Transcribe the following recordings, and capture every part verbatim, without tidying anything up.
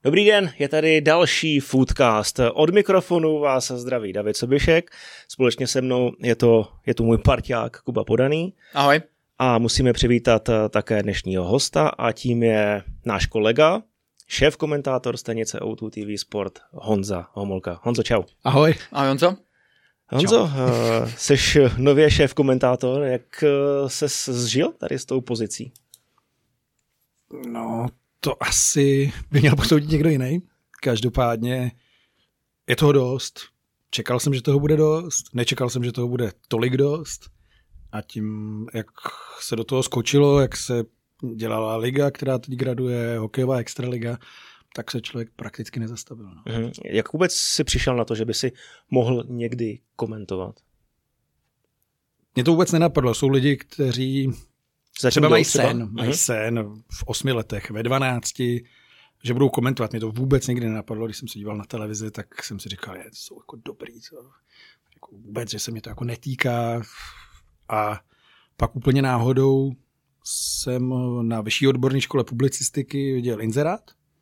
Dobrý den, je tady další Foodcast. Od mikrofonu vás zdraví David Sobišek. Společně se mnou je to je tu můj parťák Kuba Podaný. Ahoj. A musíme přivítat také dnešního hosta a tím je náš kolega, šéf-komentátor stanice O dva T V Sport Honza Homolka. Honzo, čau. Ahoj. Ahoj, Honzo. Honzo, uh, seš nově šéf-komentátor. Jak uh, ses zžil tady s tou pozicí? No, to asi by měl posoudit někdo jiný. Každopádně je toho dost. Čekal jsem, že toho bude dost. Nečekal jsem, že toho bude tolik dost. A tím, jak se do toho skočilo, jak se dělala liga, která teď graduje, hokejová extraliga, tak se člověk prakticky nezastavil. No. Mhm. Jak vůbec si přišel na to, že by si mohl někdy komentovat? Mě to vůbec nenapadlo. Jsou lidi, kteří Začal třeba mají třeba? sen, mají Mhm. sen v osmi letech, ve dvanácti, že budou komentovat. Mě to vůbec nikdy nenapadlo, když jsem se díval na televizi, tak jsem si říkal, je, to jsou jako dobrý, co? Jako vůbec, že se mě to jako netýká. A pak úplně náhodou jsem na vyšší odborné škole publicistiky viděl inzerát,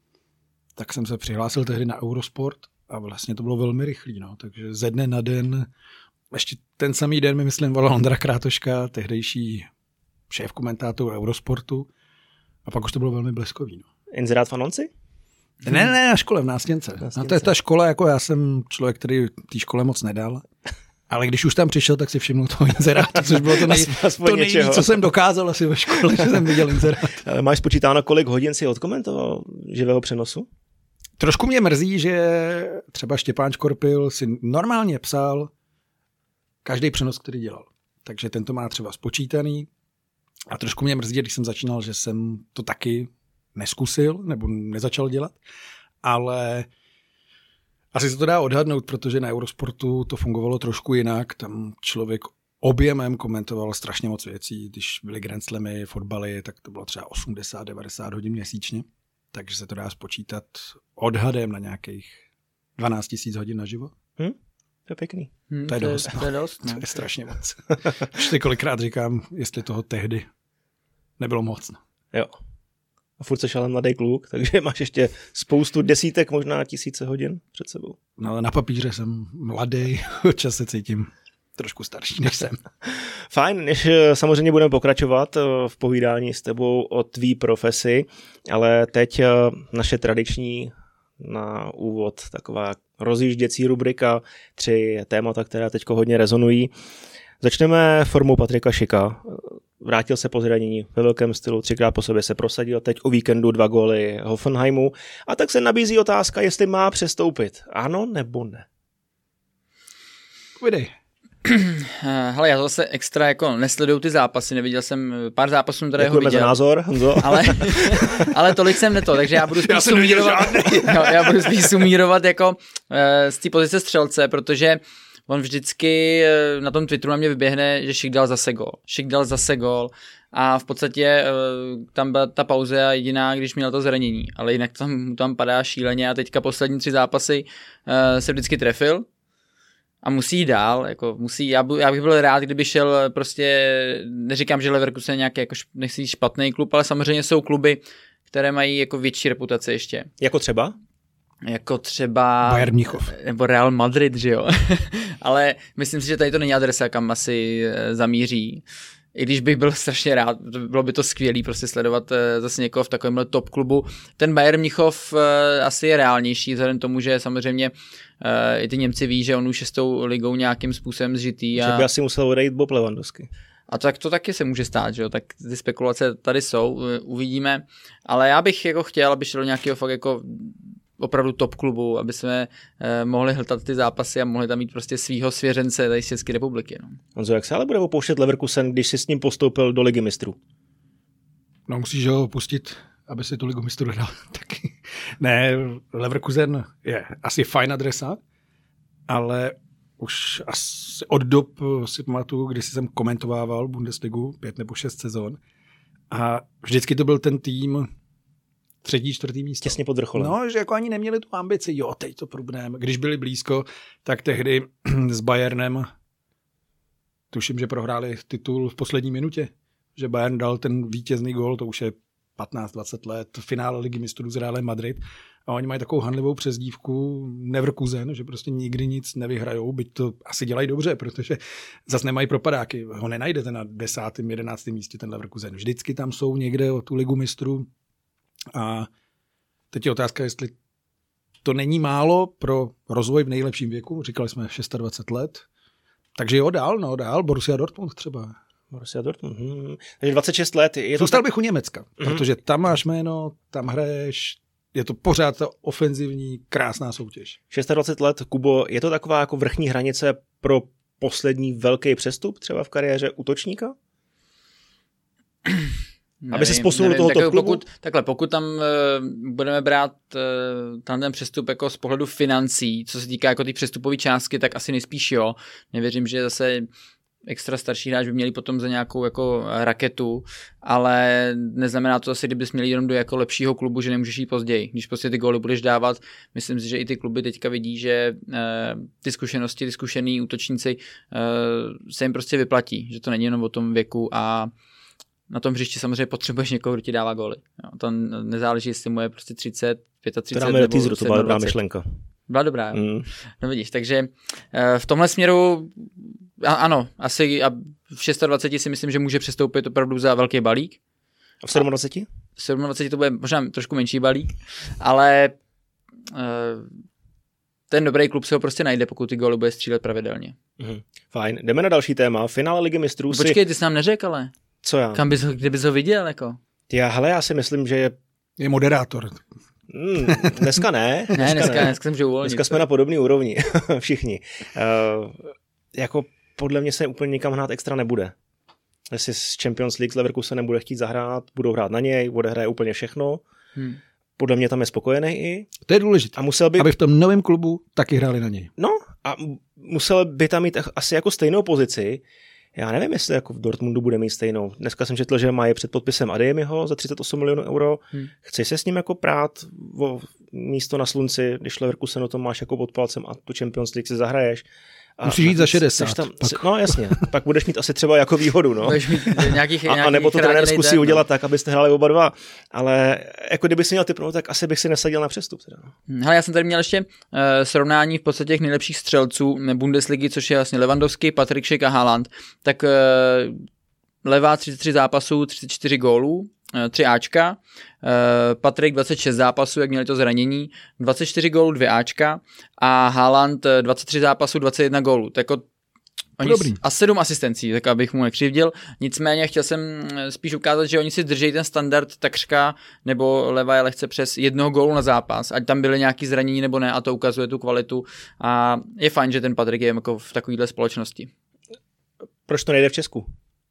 tak jsem se přihlásil tehdy na Eurosport a vlastně to bylo velmi rychlý, no. Takže ze dne na den, ještě ten samý den mi myslím volal Ondra Krátoška, tehdejší šéf-komentátor Eurosportu, a pak už to bylo velmi bleskový. No. Inzerát v anonci? Ne, ne, ne, na škole v Nástěnce. Nástěnce. A to je ta škola, jako já jsem člověk, který té škole moc nedal. Ale když už tam přišel, tak si všimnul toho inzerátu, což bylo to, nej, to nejvíc, co jsem dokázal asi ve škole, že jsem viděl inzerát. Ale máš spočítáno, kolik hodin si odkomentoval živého přenosu? Trošku mě mrzí, že třeba Štěpán Škorpil si normálně psal každý přenos, který dělal. Takže ten to má třeba spočítaný. A trošku mě mrzí, když jsem začínal, že jsem to taky neskusil nebo nezačal dělat. Ale asi se to dá odhadnout, protože na Eurosportu to fungovalo trošku jinak. Tam člověk objemem komentoval strašně moc věcí. Když byly Grand Slamy, fotbaly, tak to bylo třeba osmdesát devadesát hodin měsíčně. Takže se to dá spočítat odhadem na nějakých dvanáct tisíc hodin naživo. Hm? To je pěkný. Hmm, To je dost. To je dost, no. To je strašně moc. Už si kolikrát říkám, jestli toho tehdy nebylo moc. No. Jo. A furt seš ale mladý kluk, takže máš ještě spoustu desítek, možná tisíce hodin před sebou. No, ale na papíře jsem mladý, čas se cítím trošku starší, než jsem. Fajn, než samozřejmě budeme pokračovat v povídání s tebou o tvý profesi, ale teď naše tradiční na úvod taková rozjížděcí rubrika, tři témata, která teď hodně rezonují. Začneme formou Patrika Šika. Vrátil se po zranění ve velkém stylu, třikrát po sobě se prosadil, teď o víkendu dva góly Hoffenheimu. A tak se nabízí otázka, jestli má přestoupit. Ano nebo ne? Povídej. Hele, já zase extra jako nesleduju ty zápasy, neviděl jsem pár zápasů, které ho Děkujeme viděl. za názor, Honzo. Ale, ale tolik jsem neto, takže já budu spíš Já jsem neviděl sumírovat, jo, já budu spíš sumírovat jako uh, z té pozice střelce, protože on vždycky uh, na tom Twitteru na mě vyběhne, že Šik dal zase gól. Šik dal zase gól a v podstatě uh, tam byla ta pauza jediná, když měl to zranění, ale jinak tam, tam padá šíleně a teďka poslední tři zápasy uh, se vždycky trefil. A musí jít dál, jako musí, já, bu, já bych byl rád, kdyby šel prostě, neříkám, že Leverkusen je nějaký jako nechci špatný klub, ale samozřejmě jsou kluby, které mají jako větší reputaci ještě. Jako třeba? Jako třeba Bayern Mnichov. Nebo Real Madrid, že jo. Ale myslím si, že tady to není adresa, kam asi zamíří. I když bych byl strašně rád, bylo by to skvělý prostě sledovat zase někoho v takovémhle top klubu. Ten Bayern Mnichov asi je reálnější, vzhledem tomu, že samozřejmě i ty Němci ví, že on už je s tou ligou nějakým způsobem zžitý. A... Že by asi musel odejít Bob Lewandowski. A tak to taky se může stát, že jo, tak ty spekulace tady jsou, uvidíme. Ale já bych jako chtěl, aby šel do nějakého fakt jako opravdu top klubu, aby jsme eh, mohli hltat ty zápasy a mohli tam mít prostě svýho svěřence tady z České republiky. No. Honzo, jak se ale bude opouštět Leverkusen, když si s ním postoupil do Ligy mistrů? No musíš ho pustit, aby si tu ligu mistrů dal. Taky. Ne, Leverkusen je asi fajn adresa, ale už asi od dob si pamatuju, kdy jsem komentovával Bundesligu pět nebo šest sezon a vždycky to byl ten tým třetí, čtvrtý místo. Těsně pod vrcholem. No, že jako ani neměli tu ambici, jo, teď to průbneme. Když byli blízko, tak tehdy s Bayernem tuším, že prohráli titul v poslední minutě, že Bayern dal ten vítězný gól, to už je patnáct dvacet let, finále Ligy mistrů s Realem Madrid a oni mají takovou hanlivou přezdívku Neverkusen, že prostě nikdy nic nevyhrajou, byť to asi dělají dobře, protože zase nemají propadáky. Ho nenajdete na desátém, jedenáctém místě ten Leverkusen. Vždycky tam jsou někde o tu Ligu mistrů a teď je otázka, jestli to není málo pro rozvoj v nejlepším věku, říkali jsme dvacet šest let, takže jo, dál, no dál, Borussia Dortmund třeba. Borussia Dortmund, hmm. Takže dvacet šest let. Je Zůstal tak... bych u Německa, mm. protože tam máš jméno, tam hraješ, je to pořád ta ofenzivní, krásná soutěž. dvacet šest let, Kubo, je to taková jako vrchní hranice pro poslední velký přestup třeba v kariéře útočníka? Nevím, aby se posunul toho top klubu? Pokud, takhle, pokud tam uh, budeme brát uh, tam ten přestup jako z pohledu financí, co se týká jako ty přestupové částky, tak asi nejspíš jo. Nevěřím, že zase extra starší hráč by měli potom za nějakou jako raketu, ale neznamená to asi, kdybys měl jenom do jako lepšího klubu, že nemůžeš jít později. Když prostě ty góly budeš dávat, myslím si, že i ty kluby teďka vidí, že uh, ty zkušenosti, ty zkušený útočníci uh, se jim prostě vyplatí, že to není jenom o tom věku a na tom hřišti samozřejmě potřebuješ někoho, kdo ti dává góly. Jo, to nezáleží, jestli mu je prostě třicet, třicet pět, nebo teaseru, to byla dobrá myšlenka. Byla dobrá, jo. Mm. No vidíš, takže v tomhle směru ano, asi a v dvacet šest si myslím, že může přestoupit opravdu za velký balík. A v dvacet sedm? V dvacet sedm to bude možná trošku menší balík, ale ten dobrý klub se ho prostě najde, pokud ty góly bude střílet pravidelně. Mm. Fajn, jdeme na další téma. Finále Ligy mistrů. Počkej, si... ty jsi nám neřekl, ale. Co já? Kam bys ho, kde bys ho viděl, jako? Já, hele, já si myslím, že je... Je moderátor. Hmm, dneska ne. Dneska ne, dneska, ne. dneska jsem uvolnit. Dneska jsme na podobné úrovni, všichni. Uh, jako podle mě se úplně nikam hnát extra nebude. Jestli z Champions League z Leverkusen nebude chtít zahrát, budou hrát na něj, odehraje úplně všechno. Hmm. Podle mě tam je spokojený i. To je důležité, a musel by... aby v tom novém klubu taky hráli na něj. No a musel by tam mít asi jako stejnou pozici. Já nevím, jestli jako v Dortmundu bude mít stejnou. Dneska jsem četl, že má je před podpisem Adeyemiho za třicet osm milionů euro. Hmm. Chceš se s ním jako prát o místo na slunci, když Leverkusen o tom máš jako pod palcem a tu Champions League si zahraješ. A musíš jít za šedesát. Tam, no jasně, pak budeš mít asi třeba jako výhodu. No. Budeš mít nějakých, a, a nebo to trenér zkusí udělat no. tak, abyste hráli oba dva. Ale jako kdyby si měl typnout, tak asi bych si nesadil na přestup. Teda. Hele, já jsem tady měl ještě uh, srovnání v podstatě těch nejlepších střelců Bundesligy, což je vlastně Lewandowski, Patrik Schick a Haaland. Tak uh, levá třicet tři zápasů, třicet čtyři gólů, tři Ačka, Patrik dvacet šest zápasů, jak měli to zranění, dvacet čtyři gólů, dvě Ačka a Haaland dvacet tři zápasů, dvacet jedna gólů. Tak jako oni a sedm asistencí, tak abych mu nekřivdil. Nicméně chtěl jsem spíš ukázat, že oni si drží ten standard takřka, nebo leva je lehce přes jednoho gólu na zápas, ať tam byly nějaký zranění nebo ne, a to ukazuje tu kvalitu a je fajn, že ten Patrik je jako v takovéhle společnosti. Proč to nejde v Česku?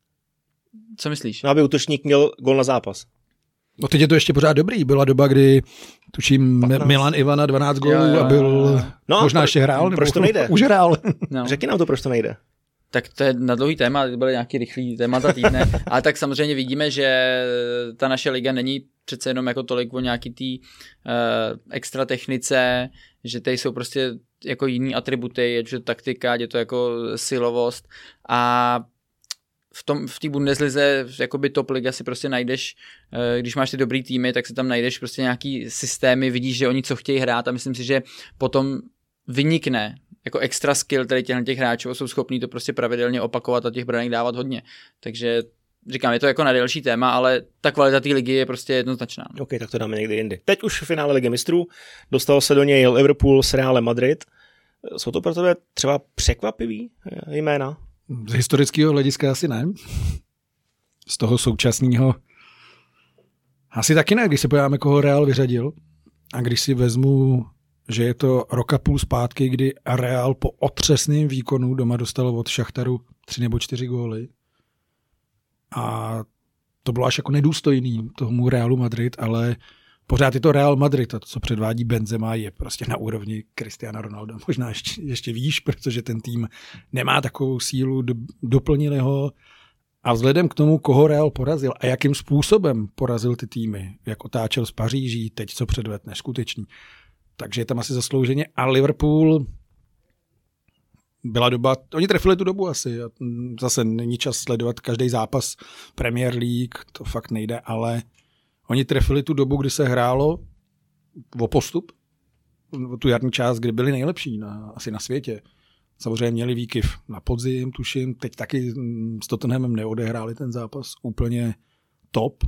Co myslíš? No, aby útočník měl gól na zápas. No teď je to ještě pořád dobrý. Byla doba, kdy tuším patnáct Milan Ivana dvanáct gólů a byl no, možná ještě hrál. Proč nebo to nejde? Už hrál. No. Řekni nám to, proč to nejde. Tak to je na dlouhý téma, to byly nějaký rychlý témata týdne, ale tak samozřejmě vidíme, že ta naše liga není přece jenom jako tolik o nějaký tý uh, extra technice, že tady jsou prostě jako jiný atributy, je to taktika, je to jako silovost a v tom v té Bundeslize jakoby top liga si prostě najdeš, když máš ty dobrý týmy, tak si tam najdeš prostě nějaký systémy, vidíš, že oni co chtějí hrát a myslím si, že potom vynikne jako extra skill tady těch, těch hráčů jsou schopní to prostě pravidelně opakovat a těch branek dávat hodně. Takže říkám, je to jako na delší téma, ale ta kvalita té ligy je prostě jednoznačná. OK, tak to dáme někdy jindy. Teď už v finále Ligy mistrů dostal se do něj Liverpool s Realem Madrid. Jsou to pro tebe třeba překvapivý jména? Z historického hlediska asi ne. Z toho současného asi taky ne, když se podíváme, koho Real vyřadil a když si vezmu, že je to roka půl zpátky, kdy Real po otřesném výkonu doma dostalo od Šachtaru tři nebo čtyři góly a to bylo až jako nedůstojný tomu Realu Madrid, ale pořád je to Real Madrid a to, co předvádí Benzema, je prostě na úrovni Cristiana Ronaldo. Možná ještě, ještě víš, protože ten tým nemá takovou sílu, do, doplnili ho a vzhledem k tomu, koho Real porazil a jakým způsobem porazil ty týmy, jak otáčel z Paříží, teď co předved, neskutečný. Takže je tam asi zaslouženě. A Liverpool byla doba, oni trefili tu dobu asi. Zase není čas sledovat každý zápas Premier League, to fakt nejde, ale oni trefili tu dobu, kdy se hrálo o postup, o tu jarní část, kdy byli nejlepší na, asi na světě. Samozřejmě měli výkyv na podzim, tuším, teď taky s Tottenhamem neodehráli ten zápas úplně top,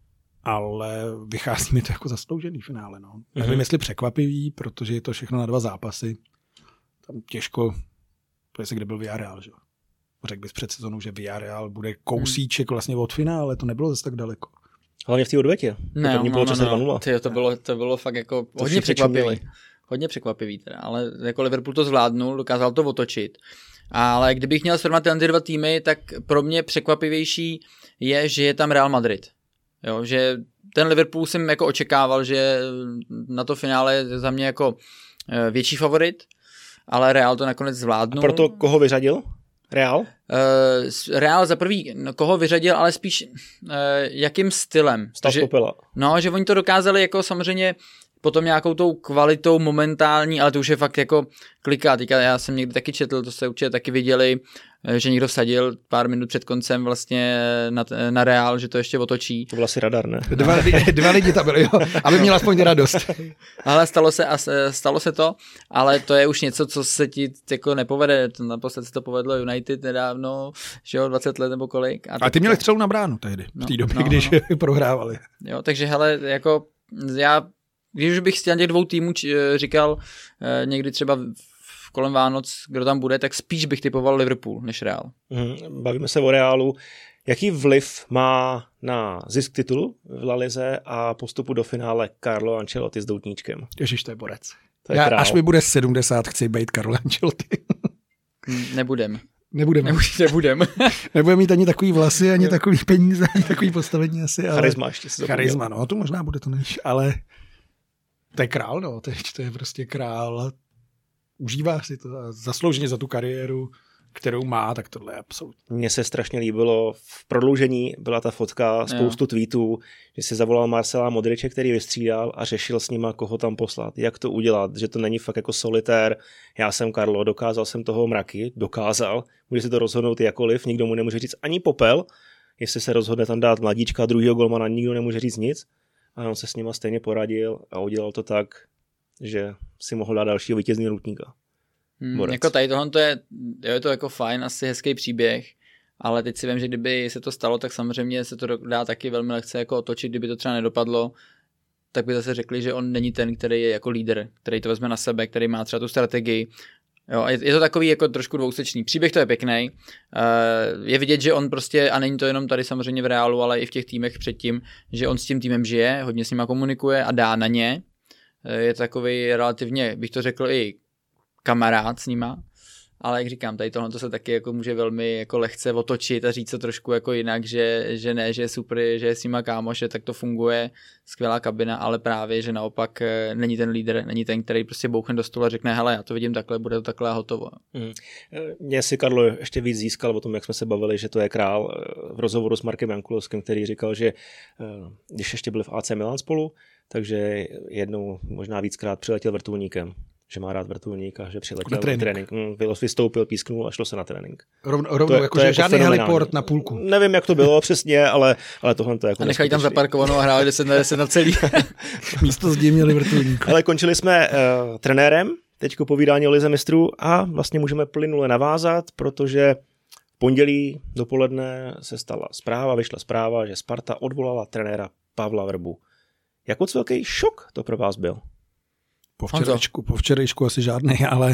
ale vychází mi to jako zasloužený finále. No. Mm-hmm. Nevím, jestli překvapivý, protože je to všechno na dva zápasy. Tam těžko, to je se kde byl Villarreal, že? Řekl bys před sezónou, že Villarreal bude kousíček vlastně od finále, to nebylo zase tak daleko. Hlavně v té odvetě. Ne, to bylo no, no, no. Tyjo, to bylo, to bylo fakt jako to hodně překvapivý. Hodně překvapivý teda, ale jako Liverpool to zvládnul, dokázal to otočit. Ale kdybych měl srovnat ty dva týmy, tak pro mě překvapivější je, že je tam Real Madrid. Jo, že ten Liverpool jsem jako očekával, že na to finále je za mě jako větší favorit, ale Real to nakonec zvládnul. A proto koho vyřadil? Real? Uh, Real za prvý, no, koho vyřadil, ale spíš uh, jakým stylem. Stav popela. No, že oni to dokázali jako samozřejmě potom nějakou tou kvalitou momentální, ale to už je fakt jako kliká. Teďka já jsem někdy taky četl, to jste určitě taky viděli, že někdo vsadil pár minut před koncem vlastně na, na Real, že to ještě otočí. To byl asi radar, ne? Dva, dva lidi tam byli, jo, aby měl aspoň radost. Ale stalo se, stalo se to, ale to je už něco, co se ti jako nepovede. Naposled se to povedlo United nedávno, že jo, dvacet let nebo kolik. A, a ty měli střelu na bránu tehdy, v té době, no, když no. prohrávali. Jo, takže hele, jako já, když už bych z těch dvou týmů říkal někdy třeba v kolem Vánoc, kdo tam bude, tak spíš bych typoval Liverpool než Real. Hmm, bavíme se o Realu. Jaký vliv má na zisk titulu v La Lize a postupu do finále Carlo Ancelotti s doutníčkem? Ježiš, to je borec. To je Já, král. až mi bude sedmdesát, chci být Carlo Ancelotti. Nebudem. Nebudeme. Nebudem. Nebudeme mít ani takový vlasy, ani takový peníze, ani takový postavení asi. Ale... Charisma ještě se Charisma, no, to možná bude to než, ale to je král, no, teď to je prostě král. Užívá si to a zaslouženě za tu kariéru, kterou má, tak tohle je absolutně. Mně se strašně líbilo, v prodloužení byla ta fotka, spoustu jo. tweetů, že si zavolal Marcela Modriče, který vystřídal a řešil s nima, koho tam poslat, jak to udělat, že to není fakt jako solitér, já jsem Carlo, dokázal jsem toho mraky, dokázal, může si to rozhodnout jakoliv, nikdo mu nemůže říct ani popel, jestli se rozhodne tam dát mladíčka druhýho golmana, nikdo nemůže říct nic, a on se s nima stejně poradil a udělal to tak, že si mohl dát dalšího vítězného lutníka. Hmm, jako tady tohle je, je to jako fajn, asi hezký příběh, ale teď si vím, že kdyby se to stalo, tak samozřejmě se to dá taky velmi lehce jako otočit, kdyby to třeba nedopadlo, tak by zase řekli, že on není ten, který je jako lídr, který to vezme na sebe, který má třeba tu strategii. Jo, je, je to takový jako trošku dvousečný. Příběh to je pěkný. Uh, je vidět, že on prostě, a není to jenom tady samozřejmě v Reálu, ale i v těch týmech předtím, že on s tím týmem žije, hodně s nima komunikuje a dá na ně. Uh, je takový relativně, bych to řekl, i kamarád s nima, ale jak říkám, tady tohle se taky jako může velmi jako lehce otočit a říct to trošku jako jinak, že, že ne, že je super, že je s nima kámoše, tak to funguje, skvělá kabina, ale právě, že naopak není ten lídr, není ten, který prostě bouchne do stolu a řekne, hele, já to vidím takhle, bude to takhle a hotovo. Hmm. Mně si Carlo ještě víc získal o tom, jak jsme se bavili, že to je král, v rozhovoru s Markem Jankulovským, který říkal, že když ještě byli v á cé Milan spolu, takže jednou možná víckrát přiletěl vrtulníkem, že má rád vrtulník a že přiletěl na trénink. trénink. Vystoupil, písknul a šlo se na trénink. Rovno, rovno jako, že jako žádný heliport na půlku. Nevím, jak to bylo přesně, ale, ale tohle to je jako a nechali tam zaparkovanou a hráli deset na deset na celý. Místo zdi měli vrtulník. Ale končili jsme uh, trenérem, teďko povídání o lize mistrů a vlastně můžeme plynule navázat, protože v pondělí dopoledne se stala zpráva, vyšla zpráva, že Sparta odvolala trenéra Pavla Vrbu. Jak moc velký šok to pro vás byl? Po včerejšku, po včerejšku asi žádný, ale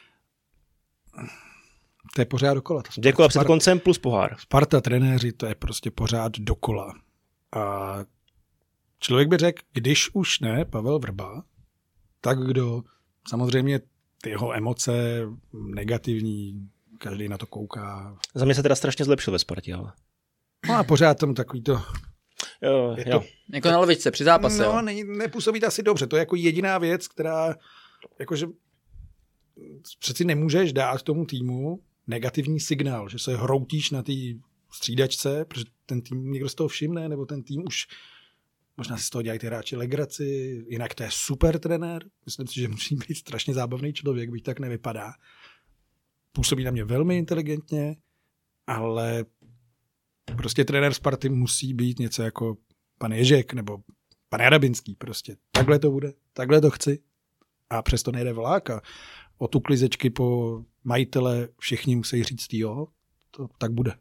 to je pořád dokola. Děkuji před koncem plus pohár. Sparta, trenéři, to je prostě pořád dokola. A člověk by řekl, když už ne Pavel Vrba, tak kdo? Samozřejmě ty jeho emoce negativní, každý na to kouká. Za mě se teda strašně zlepšil ve Spartě, ale. No a pořád tam takový to... Jo, je jo. To, jako na lovičce při zápase. No, ne, nepůsobí to asi dobře. To je jako jediná věc, která jakože přeci nemůžeš dát tomu týmu negativní signál, že se hroutíš na té střídačce, protože ten tým někdo z toho všimne, nebo ten tým už možná si z toho dělají ty hráči legraci, jinak to je super trenér. Myslím si, že musí být strašně zábavný člověk, byť tak nevypadá. Působí na mě velmi inteligentně, ale prostě trenér Sparty musí být něco jako pan Ježek nebo pan Jarabinský. Prostě takhle to bude, takhle to chci. A přesto nejde vlák a o tu klizečky po majitele všichni musí říct, jo, to tak bude.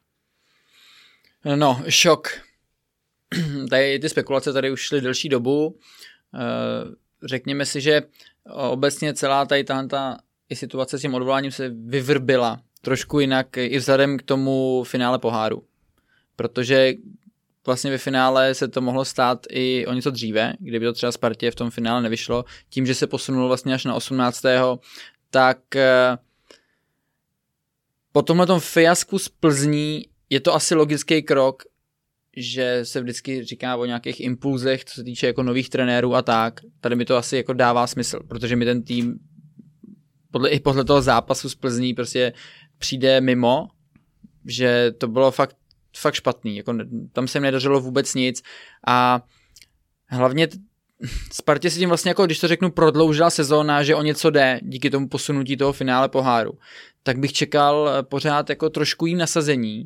No, šok. Tady ty spekulace tady už šly delší dobu. Řekněme si, že obecně celá tady ta i situace s tím odvoláním se vyvrbila trošku jinak i vzhledem k tomu finále poháru. Protože vlastně ve finále se to mohlo stát i o něco dříve, kdyby to třeba Spartě v tom finále nevyšlo. Tím, že se posunulo vlastně až na osmnáctého tak po tomhletom fiasku z Plzní je to asi logický krok, že se vždycky říká o nějakých impulzech, co se týče jako nových trenérů a tak. Tady mi to asi jako dává smysl, protože mi ten tým podle, i podle toho zápasu z Plzní prostě přijde mimo, že to bylo fakt, fakt špatný. Jako, tam se mi nedařilo vůbec nic a hlavně Spartě si tím vlastně, jako, když to řeknu, prodloužila sezóna, že o něco jde díky tomu posunutí toho finále poháru, tak bych čekal pořád jako trošku jím nasazení.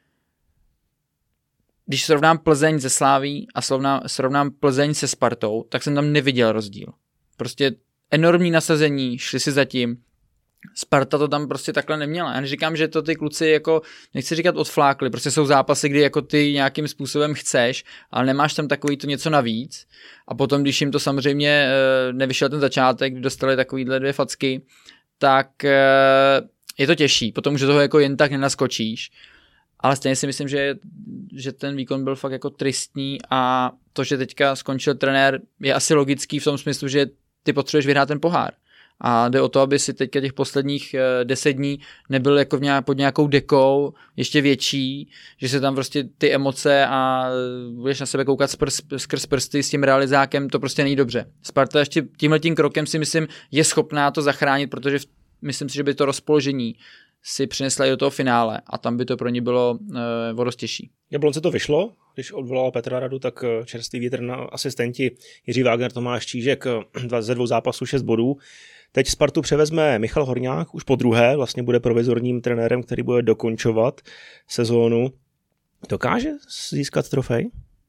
Když srovnám Plzeň se Sláví a srovnám, srovnám Plzeň se Spartou, tak jsem tam neviděl rozdíl. Prostě enormní nasazení, šli si zatím. Sparta to tam prostě takhle neměla. Já neříkám, že to ty kluci jako, nechci říkat odflákli, prostě jsou zápasy, kdy jako ty nějakým způsobem chceš, ale nemáš tam takový to něco navíc. A potom, když jim to samozřejmě nevyšel ten začátek, kdy dostali takovýhle dvě facky, tak je to těžší. Potom už do toho jako jen tak nenaskočíš. Ale stejně si myslím, že, že ten výkon byl fakt jako tristní a to, že teďka skončil trenér, je asi logický v tom smyslu, že ty potřebuješ vyhrát ten pohár. A jde o to, aby si teďka těch posledních deset dní nebyl jako v nějak, pod nějakou dekou ještě větší, že se tam prostě ty emoce a budeš na sebe koukat skrz, skrz prsty s tím realizákem, to prostě není dobře. Sparta ještě tímhletím krokem si myslím je schopná to zachránit, protože v, myslím si, že by to rozpoložení si přinesla i do toho finále a tam by to pro ně bylo e, o dost těžší. Jablonce to vyšlo, když odvolal Petra Radu, tak čerstvý vítr na asistenti Jiří Wagner, Tomáš Čížek, ze dvou zápasů šest bodů. Teď Spartu převezme Michal Horňák, už po druhé, vlastně bude provizorním trenérem, který bude dokončovat sezónu. Dokáže získat trofej?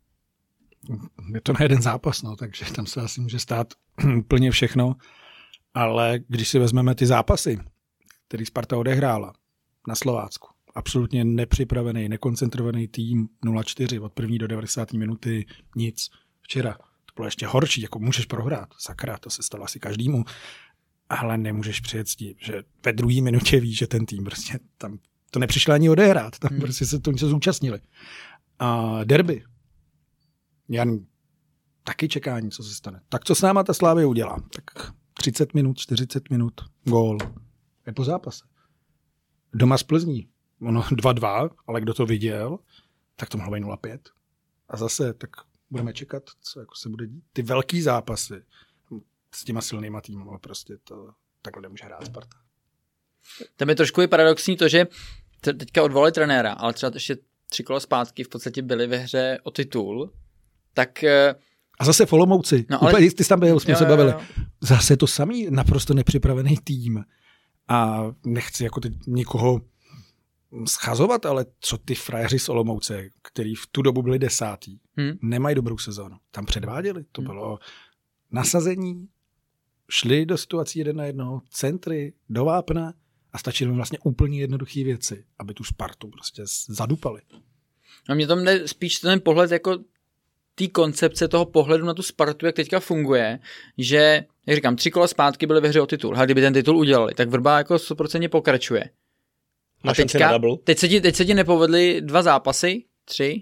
Je to na jeden zápas, no, takže tam se asi může stát úplně všechno, ale když si vezmeme ty zápasy, který Sparta odehrála na Slovácku, absolutně nepřipravený, nekoncentrovaný tým nula čtyři od první do devadesáté minuty nic. Včera to bylo ještě horší, jako můžeš prohrát, sakra, to se stalo asi každému, ale nemůžeš přijet s tím, že ve druhé minutě víš, že ten tým prostě tam to nepřišlo ani odehrát, tam hmm. prostě se to něco zúčastnili. A derby, Jan, taky čekání, co se stane. Tak co s náma ta Slavia udělá? Tak třicet minut, čtyřicet minut, gól. Je po zápase. Doma z Plzní. Ono dva dva, ale kdo to viděl, tak to mohlo být nula pět. A zase, tak budeme čekat, co jako se bude dít. Ty velký zápasy s těma silnýma týmama, prostě to takhle nemůže hrát Sparta. Tam je trošku i paradoxní to, že teďka odvolali trenéra, ale třeba ještě tři kola zpátky v podstatě byli ve hře o titul, tak... A zase v Olomouci. No, ale... Úplně, ty jsi tam byl, jsme jo, se bavili. Jo, jo. Zase to samý, naprosto nepřipravený tým. A nechci jako teď nikoho schazovat, ale co ty frajeři z Olomouce, který v tu dobu byli desátý, hmm. nemají dobrou sezónu. Tam předváděli. To hmm. bylo nasazení, šli do situací jeden na jednoho, centry, do vápna a stačily jim vlastně úplně jednoduché věci, aby tu Spartu prostě zadupali. A mě tam jde spíš ten pohled jako té koncepce toho pohledu na tu Spartu, jak teďka funguje, že, jak říkám, tři kola zpátky byly ve hře o titul. A kdyby ten titul udělali, tak Vrba jako sto procent pokračuje. A teďka, teď, se ti, teď se ti nepovedly dva zápasy, tři,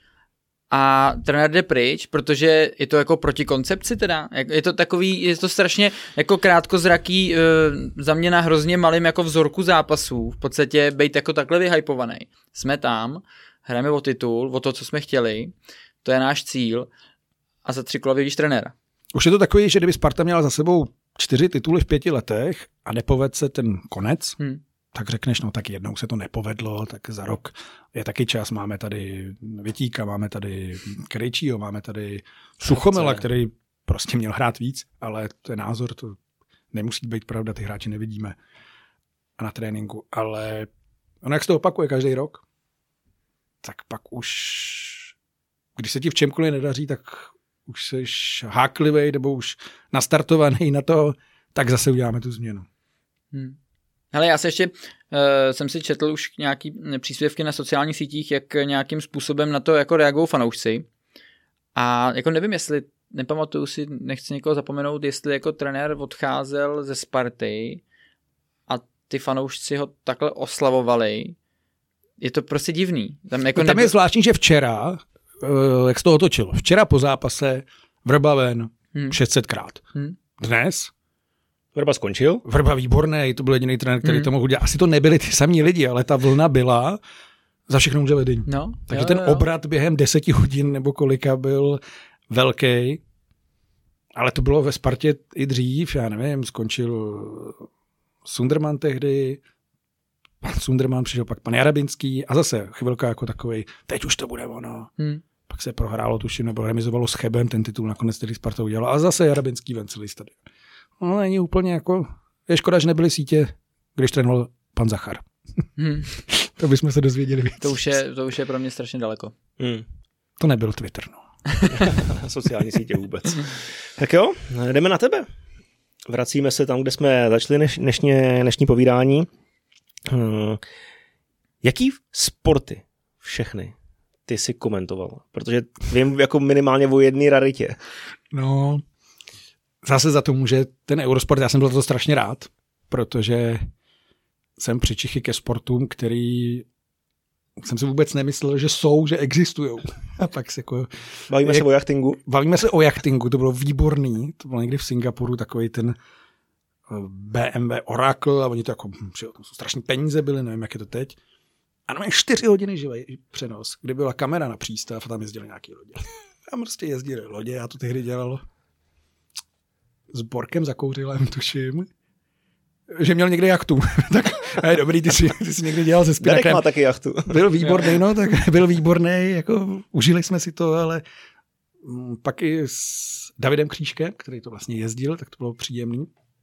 a trenér jde pryč, protože je to jako proti koncepci teda. Je to takový, je to strašně jako krátkozraký, e, za mě na hrozně malým jako vzorku zápasů. V podstatě být jako takhle vyhypovaný. Jsme tam, hrajeme o titul, o to, co jsme chtěli, to je náš cíl a za tři kola vyvíjíš trenéra. Už je to takový, že kdyby Sparta měla za sebou čtyři tituly v pěti letech a nepovedl se ten konec, hmm. tak řekneš, no tak jednou se to nepovedlo, tak za rok je taky čas. Máme tady Větíka, máme tady Krejčího, máme tady Suchomela, který prostě měl hrát víc, ale to je názor, to nemusí být pravda, ty hráči nevidíme a na tréninku, ale ono jak se to opakuje každý rok, tak pak už když se ti v čemkoliv nedaří, tak už jsi háklivej nebo už nastartovaný na to, tak zase uděláme tu změnu. Hmm. Hele, já se ještě, uh, jsem si četl už nějaký příspěvky na sociálních sítích, jak nějakým způsobem na to jako reagují fanoušci. A jako nevím, jestli, nepamatuju si, nechci někoho zapomenout, jestli jako trenér odcházel ze Sparty a ty fanoušci ho takhle oslavovali. Je to prostě divný. Tam, jako Tam nebyl... je zvláštní, že včera, uh, jak se to otočilo, včera po zápase Vrba ven hmm. šest set krát. Hmm. Dnes Vrba skončil. Vrba výborný, to byl jediný trenér, který hmm. to mohl udělat. Asi to nebyli ty samí lidi, ale ta vlna byla, za všechno může vedení. No, Takže jo, ten jo. obrat během deseti hodin nebo kolika byl velký, ale to bylo ve Spartě i dřív, já nevím, skončil Sunderman tehdy, pan Sunderman, přišel pak pan Jarabinský a zase chvilka jako takovej, teď už to bude ono. Hmm. Pak se prohrálo, tuším, nebo remizovalo s Chebem, ten titul nakonec tedy Sparta udělala a zase Jarabinský ven celý stadion. No není úplně jako, je škoda, že nebyly sítě, když trénoval pan Zachar. Hmm. To bychom se dozvěděli víc. To už je, to už je pro mě strašně daleko. Hmm. To nebyl Twitter, no. Sociální sítě vůbec. Tak jo, jdeme na tebe. Vracíme se tam, kde jsme začali dneš, dnešní, dnešní povídání. Hmm. Jaký sporty všechny ty jsi komentoval? Protože vím jako minimálně o jedné raritě. No, zase za to může ten Eurosport, já jsem byl to strašně rád, protože jsem přičichy ke sportům, který jsem si vůbec nemyslel, že jsou, že existují. A pak se jako... Bavíme jak, se o jachtingu? Bavíme se o jachtingu, to bylo výborný. To bylo někdy v Singapuru, takový ten bé em vé Oracle a oni to jako, tam jsou strašný peníze byly, nevím, jak je to teď. A na mě čtyři hodiny živý přenos, kdy byla kamera na přístav a tam jezdili nějaký lodě. Tam prostě jezdili lodě, já to tehdy dělal s Borkem Zakouřilem, tuším, že měl někde jachtu. Tak a je dobrý, ty jsi, ty jsi někdy dělal se Spinakrem. Derek má taky jachtu. Byl výborný, no, tak byl výborný, jako užili jsme si to, ale pak i s Davidem Křížkem, který to vlastně jezdil, tak to bylo příjemný.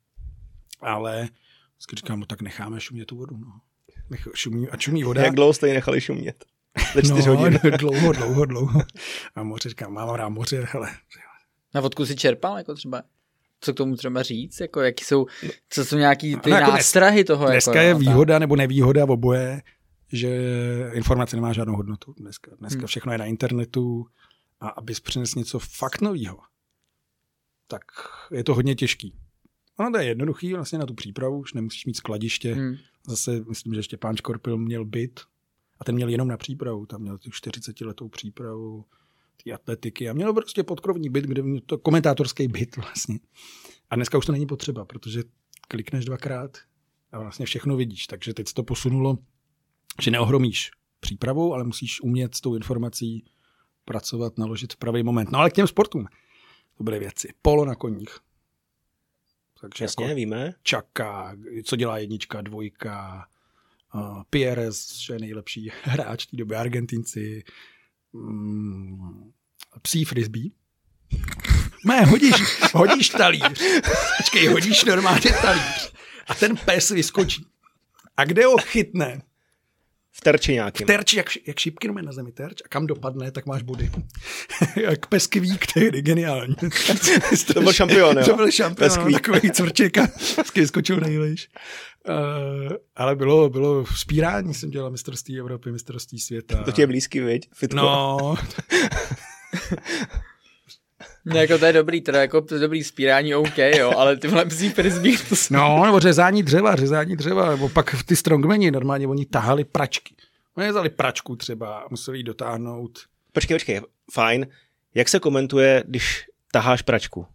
Ale vždycky říkám, no tak necháme šumět tu vodu, no. Nech, šumí, a šumí voda. Jak dlouho jste ji nechali šumět? Za čtyři no, hodiny. dlouho, dlouho, dlouho. A moře říkám, mám rád moře, ale... Na vodku si čerpal, jako třeba? Co k tomu třeba říct? Jako, jaký jsou, co jsou nějaký ty no, jako nástrahy toho? Dneska jako, je no, výhoda nebo nevýhoda v oboje, že informace nemá žádnou hodnotu. Dneska, dneska hmm. všechno je na internetu a abys přinesl něco fakt novýho, tak je to hodně těžký. Ono to je jednoduchý vlastně na tu přípravu, už nemusíš mít skladiště. Hmm. Zase myslím, že Štěpán Škorpil měl byt a ten měl jenom na přípravu. Tam měl tu čtyřicetiletou přípravu ty atletiky a měl prostě podkrovní byt, kde měl to komentátorský byt vlastně. A dneska už to není potřeba, protože klikneš dvakrát a vlastně všechno vidíš. Takže teď se to posunulo, že neohromíš přípravou, ale musíš umět s tou informací pracovat, naložit v pravý moment. No ale k těm sportům to byly věci. Polo na koních. Takže jasně, jako víme. Čaká, co dělá jednička, dvojka, uh, Pérez, že je nejlepší hráč té doby, Argentinci, um, psí frisbee. Ne, hodíš, hodíš talíř. Počkej, hodíš normálně talíř. A ten pes vyskočí. A kde ho chytne? V terči nějakým. V terči, jak, jak šipky na zemi terč. A kam dopadne, tak máš body. Jak peskvík, tehdy geniální. To byl šampion, jo? To byl šampion, takový cvrček a vyskočil nejvejš. Uh, ale bylo, bylo vzpírání, jsem dělal mistrovství Evropy, mistrovství světa. To ti je blízký, viď? Fitko. No. No, jako to je dobrý, teda jako to je dobrý spírání OK, jo, ale ty vole psí frisbee to jsou... No, nebo řezání dřeva, řezání dřeva, nebo pak ty strongmeni normálně oni tahali pračky. Oni vzali pračku třeba a museli ji dotáhnout. Počkej, počkej, fajn. Jak se komentuje, když taháš pračku?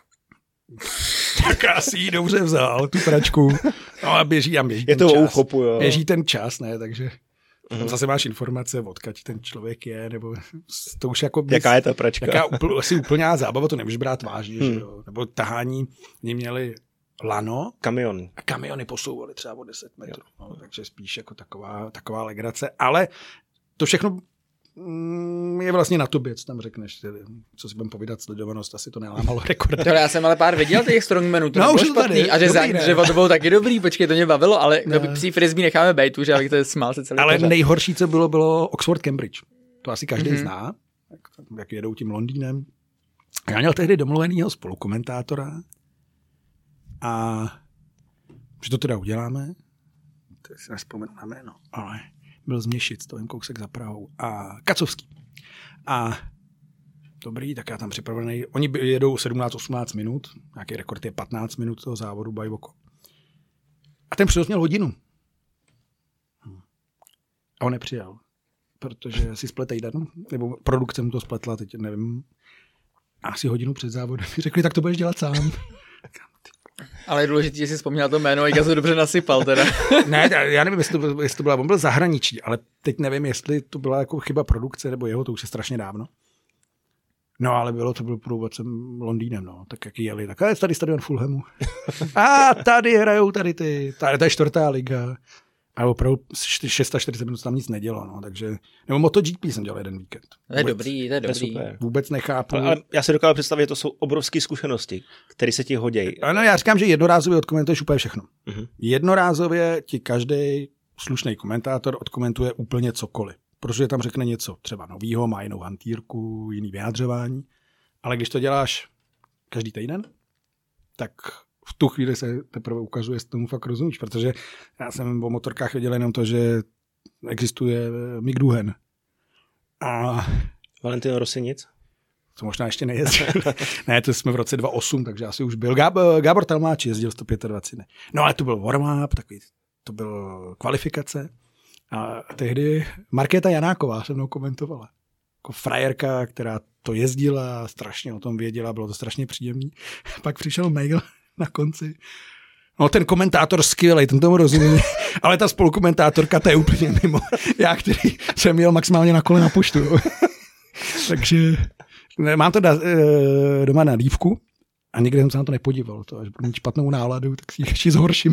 Tak asi ji dobře vzal, tu pračku. No a běží a běží je ten to čas. uchopu, jo. Běží ten čas, ne, takže... Mm. Zase máš informace, odkud ten člověk je, nebo to už jako... Bys, jaká je ta pračka? Jaká upl, asi úplná zábava, to nemůžeš brát vážně, hmm. že jo? Nebo tahání, oni měli lano. Kamiony. A kamiony posouvali třeba o deset metrů. No, takže spíš jako taková, taková legrace. Ale to všechno mm, je vlastně na tobě, co tam řekneš. Co si budem povídat, sledovanost, asi to nelámalo rekord. Já jsem ale pár viděl těch strongmenů, to no, bylo už špatný. tady, a řezání dřeva, to bylo taky dobrý, počkej, to mě bavilo, ale ne. psí frisbee necháme bejt už, abych to smál se celý Ale pořád. nejhorší, co bylo, bylo Oxford Cambridge. To asi každý mm-hmm. zná. jak, jak jedou tím Londýnem. Já měl tehdy domluvenýho spolukomentátora a že to teda uděláme, teď si nespomenu na jméno, ale byl z Měšic, to jen kousek za Prahou, a Kacovský. A dobrý, tak já tam připravený, oni jedou sedmnáct osmnáct minut, nějaký rekord je patnáct minut toho závodu Bajvoko. A ten přenos měl hodinu. A on nepřijel, protože si splet týden, nebo produkce mu to spletla, teď nevím, asi hodinu před závodem mi řekli, tak to budeš dělat sám. Ale je důležité, že jsi vzpomněl to jméno, jak já jsem dobře nasypal teda. Ne, já nevím, jestli to, byl, jestli to byla, on byl zahraničí, ale teď nevím, jestli to byla jako chyba produkce, nebo jeho, to už je strašně dávno. No, ale bylo to byl průvodcem Londýnem, no, tak jak jeli, tak je tady stadion Fulhamu. A tady hrajou tady ty, tady, tady je čtvrtá liga. A opravdu čtyřicet šest minut tam nic nedělo, no, takže, nebo MotoGP jsem dělal jeden víkend. To je dobrý, to je dobrý. Super. Vůbec nechápu. Ale, ale já si dokážu představit, že to jsou obrovské zkušenosti, které se ti hodějí. Ano, já říkám, že jednorázově odkomentuješ úplně všechno. Uh-huh. Jednorázově ti každý slušný komentátor odkomentuje úplně cokoliv. Protože tam řekne něco třeba novýho, má jinou hantýrku, jiný vyjádřování. Ale když to děláš každý týden, tak v tu chvíli se teprve ukazuje, jestli tomu fakt rozumíš, protože já jsem o motorkách viděl jenom to, že existuje Mick Duhen. A Valentino Rossi nic? To možná ještě nejezdil. Ne, to jsme v roce dva tisíce osm, takže asi už byl. Gábor, Gábor Talmáč jezdil sto dvacet pět. Ne. No ale to byl warm-up, takový, to byl kvalifikace. A tehdy Markéta Janáková se mnou komentovala. Jako frajerka, která to jezdila, strašně o tom věděla, bylo to strašně příjemný. Pak přišel mail na konci. No ten komentátor skvělej, ten tomu rozumí, ale ta spolukomentátorka, to je úplně mimo. Já, který jsem měl maximálně na kole na poštu. Takže mám to da, doma na dívku a nikdy jsem se na to nepodíval. To, až budu mít špatnou náladu, tak si ji ještě zhorším.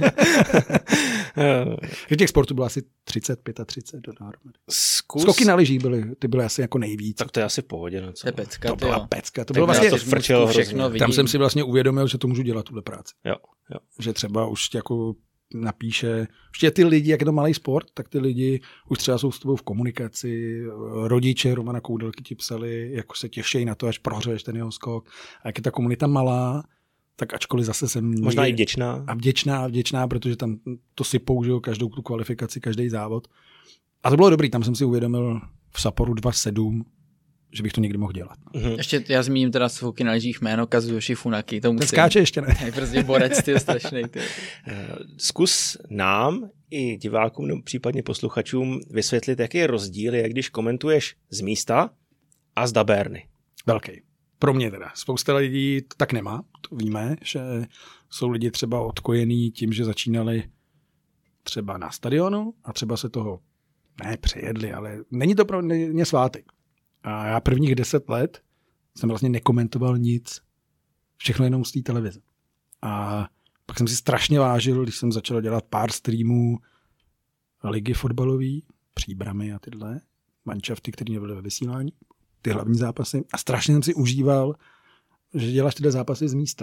V těch sportů bylo asi třicet, třicet pět dohromady. Zkus... Skoky na lyžích byly, ty byly asi jako nejvíc. Tak to je asi v pohodě. No, co? To je pecka, to byla jo. pecka. To tak bylo vlastně, to frčelo hrozně. tam jsem si vlastně uvědomil, že to můžu dělat tuhle práci. Jo, jo. Že třeba už jako napíše, ještě ty lidi, jak je to malý sport, tak ty lidi už třeba jsou s tebou v komunikaci, rodiče Romana Koudelky ti psali, jako se těší na to, až prohřeješ ten jeho skok. A jak je ta komunita malá, tak ačkoliv zase jsem... Možná i vděčná. A vděčná, vděčná, protože tam to si použil každou tu kvalifikaci, každý závod. A to bylo dobrý, tam jsem si uvědomil v Sapporu dva tisíce sedm, že bych to někdy mohl dělat. Mm-hmm. Ještě já zmíním teda skoky na lyžích jméno Kazuyoshi Funaki. To musím. Ten skáče ještě ne. Je prostě borec, ty je strašnej. Ty. Zkus nám i divákům nebo případně posluchačům vysvětlit, jaký je rozdíl, jak když komentuješ z místa a z dabérny. Velký. Pro mě teda. Spousta lidí to tak nemá. To víme, že jsou lidi třeba odkojení tím, že začínali třeba na stadionu a třeba se toho ne přejedli, ale není to pro mě svátek. A já prvních deset let jsem vlastně nekomentoval nic, všechno jenom z té televize. A pak jsem si strašně vážil, když jsem začal dělat pár streamů ligy fotbalový, Příbramy a tyhle manšafty, které nebyly ve vysílání, ty hlavní zápasy. A strašně jsem si užíval, že děláš tyhle zápasy z místa.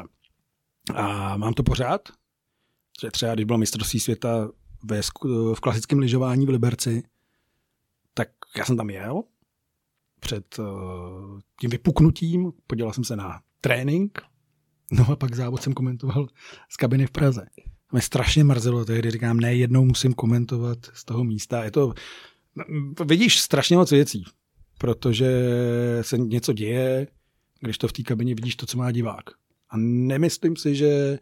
A mám to pořád, že třeba když bylo mistrovství světa ve, v klasickém lyžování v Liberci, tak já jsem tam jel, před uh, tím vypuknutím, podíval jsem se na trénink, no a pak závod jsem komentoval z kabiny v Praze. Mě strašně mrzelo tehdy, říkám, ne, jednou musím komentovat z toho místa. Je to, vidíš strašně moc věcí, protože se něco děje, když to v té kabině vidíš to, co má divák. A nemyslím si, že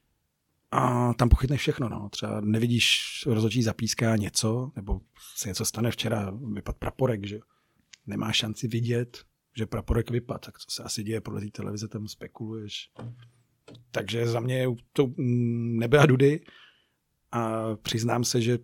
a tam pochytneš všechno. No. Třeba nevidíš, rozhodčí zapíská něco, nebo se něco stane, včera vypad praporek, že nemá šanci vidět, že praporek vypad, tak co se asi děje podle té televize, tam spekuluješ. Takže za mě to nebe a dudy a přiznám se, že,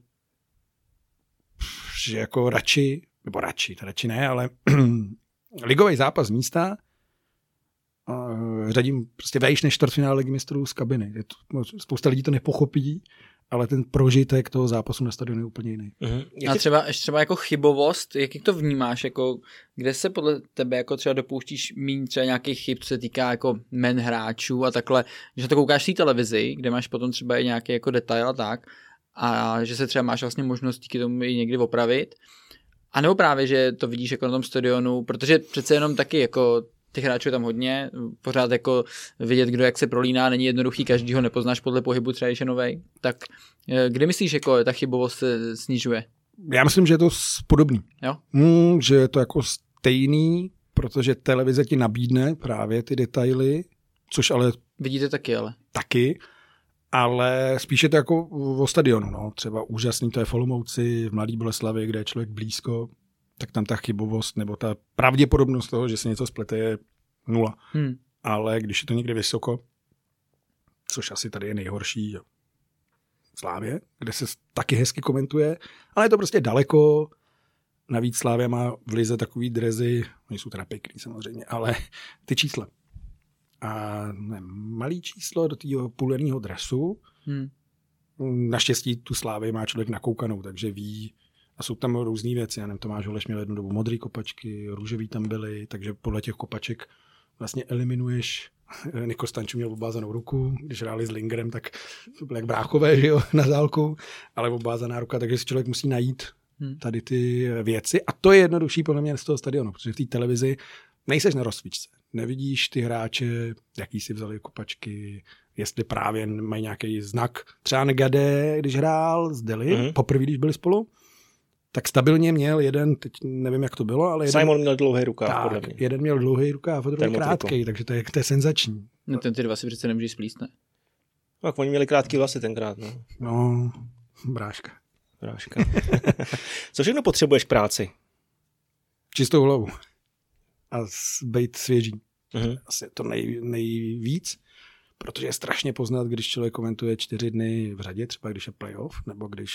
že jako radši, nebo radši, to radši ne, ale ligový zápas z místa uh, řadím prostě vejš než čtvrtfinále ligy mistrů z kabiny. Je to, spousta lidí to nepochopí, ale ten prožitek toho zápasu na stadionu je úplně jiný. Uh-huh. A třeba, třeba jako chybovost, jak to vnímáš, jako, kde se podle tebe jako třeba dopouštíš míň třeba nějakých chyb, co se týká jako men hráčů a takhle, že to koukáš v té televizi, kde máš potom třeba i nějaký jako detail a tak, a že se třeba máš vlastně možnost díky tomu i někdy opravit, A nebo právě, že to vidíš jako na tom stadionu, protože přece jenom taky jako těch hráčů je tam hodně, pořád jako vidět, kdo jak se prolíná, není jednoduchý, každýho nepoznáš podle pohybu, třeba když je novej. Tak kdy myslíš, jako ta chybovost se snižuje? Já myslím, že je to podobný. Jo? Mm, že je to jako stejný, protože televize ti nabídne právě ty detaily, což ale... Vidíte taky, ale. Taky, ale spíš je to jako o stadionu. No. Třeba úžasný to je v Olomouci, v Mladý Boleslavi, kde je člověk blízko, tak tam ta chybovost nebo ta pravděpodobnost toho, že se něco splete, je nula. Hmm. Ale když je to někde vysoko, což asi tady je nejhorší v Slávě, kde se taky hezky komentuje, ale je to prostě daleko. Navíc Slávia má v lize takový drezy, oni jsou teda pěkný samozřejmě, ale ty čísla. A ne, malý číslo do tého půlherního dresu. Hmm. Naštěstí tu Slávy má člověk nakoukanou, takže ví, a jsou tam různý věci. Já nevím, Tomáš Holeš měl jednu dobu modrý kopačky, růžový tam byly, takže podle těch kopaček vlastně eliminuješ. Niko Stanču měl obázanou ruku, když hráli s Lingerem, tak to bylo jak bráchové, že jo, na dálku, ale obázaná ruka, takže si člověk musí najít tady ty věci. A to je jednodušší podle mě z toho stadionu, protože v té televizi nejseš na rozsvíčce. Nevidíš ty hráče, jaký si vzali kopačky, jestli právě mají nějaký znak. Třeba Negade, když hrál s Deli, mm-hmm. poprvé, když byli spolu, tak stabilně měl jeden, teď nevím, jak to bylo, ale jeden... Simon měl dlouhý rukáv, tak, podle mě. jeden měl dlouhý rukáv a druhý krátkej, takže to je, to je senzační. No ten ty dva si přece nemůžeš splíst, ne? Tak oni měli krátký vlasy tenkrát, no. No, bráška. Bráška. Co všechno potřebuješ k práci? Čistou hlavu. A být svěží. Uh-huh. Asi je to nej, nejvíc, protože je strašně poznat, když člověk komentuje čtyři dny v řadě, třeba když je playoff, nebo když...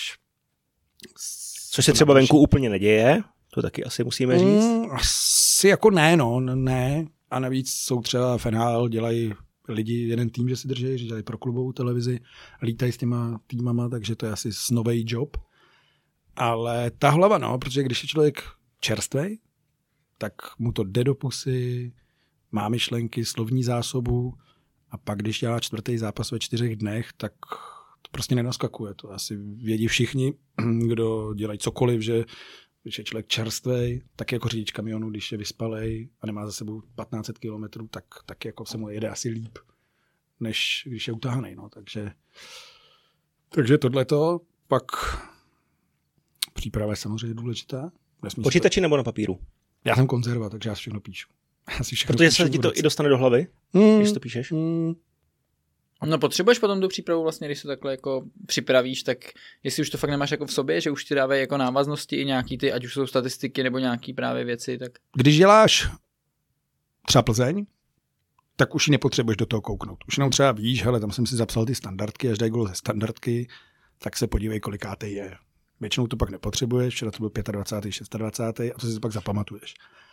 Což se třeba venku úplně neděje, to taky asi musíme říct. Mm, asi jako ne, no, ne. A navíc jsou třeba v N H L, dělají lidi jeden tým, že si drží, že dělají pro klubovou televizi, lítají s těma týmama, takže to je asi snovej job. Ale ta hlava, no, protože když je člověk čerstvej, tak mu to jde do pusy, má myšlenky, slovní zásobu a pak, když dělá čtvrtý zápas ve čtyřech dnech, tak to prostě nenaskakuje. To asi vědí všichni, kdo dělají cokoliv, že když je člověk čerstvej, tak jako řidič kamionu, když je vyspalej a nemá za sebou patnáct set kilometrů, tak, tak jako se mu jede asi líp, než když je utahanej. No. Takže, takže tohleto, pak příprava je samozřejmě důležitá. Počítači nebo na papíru? Já jsem konzerva, takže já si všechno píšu. Já si všechno Protože se ti to i dostane do hlavy, mm, když to píšeš? Mm. No potřebuješ potom tu přípravu vlastně, když se takhle jako připravíš, tak jestli už to fakt nemáš jako v sobě, že už ti dávají jako návaznosti i nějaký ty, ať už jsou statistiky nebo nějaký právě věci, tak... Když děláš třeba Plzeň, tak už ji nepotřebuješ do toho kouknout. Už jenom třeba víš, hele, tam jsem si zapsal ty standardky, až dají gól ze standardky, tak se podívej, kolikátej je. Většinou to pak nepotřebuješ, včera to byl dvacátý pátý, dvacátý šestý a to si pak zapamatuješ.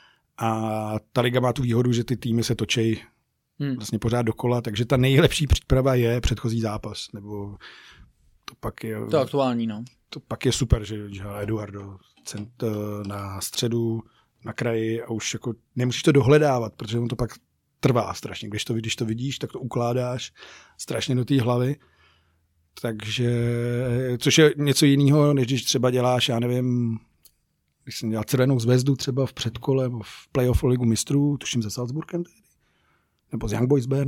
A ta liga má tu výhodu, že ty týmy se točí hmm. vlastně pořád dokola, takže ta nejlepší příprava je předchozí zápas, nebo to pak je... To aktuální, no. To pak je super, že když hraje Eduardo cent, na středu, na kraji a už jako nemusíš to dohledávat, protože on to pak trvá strašně. Když to, když to vidíš, tak to ukládáš strašně do té hlavy. Takže, což je něco jiného, než když třeba děláš, já nevím, když jsem dělal Červenou zvezdu třeba v předkole, v playoff o ligu mistrů, tuším se Salzburgem tehdy, nebo z Young Boys Bern.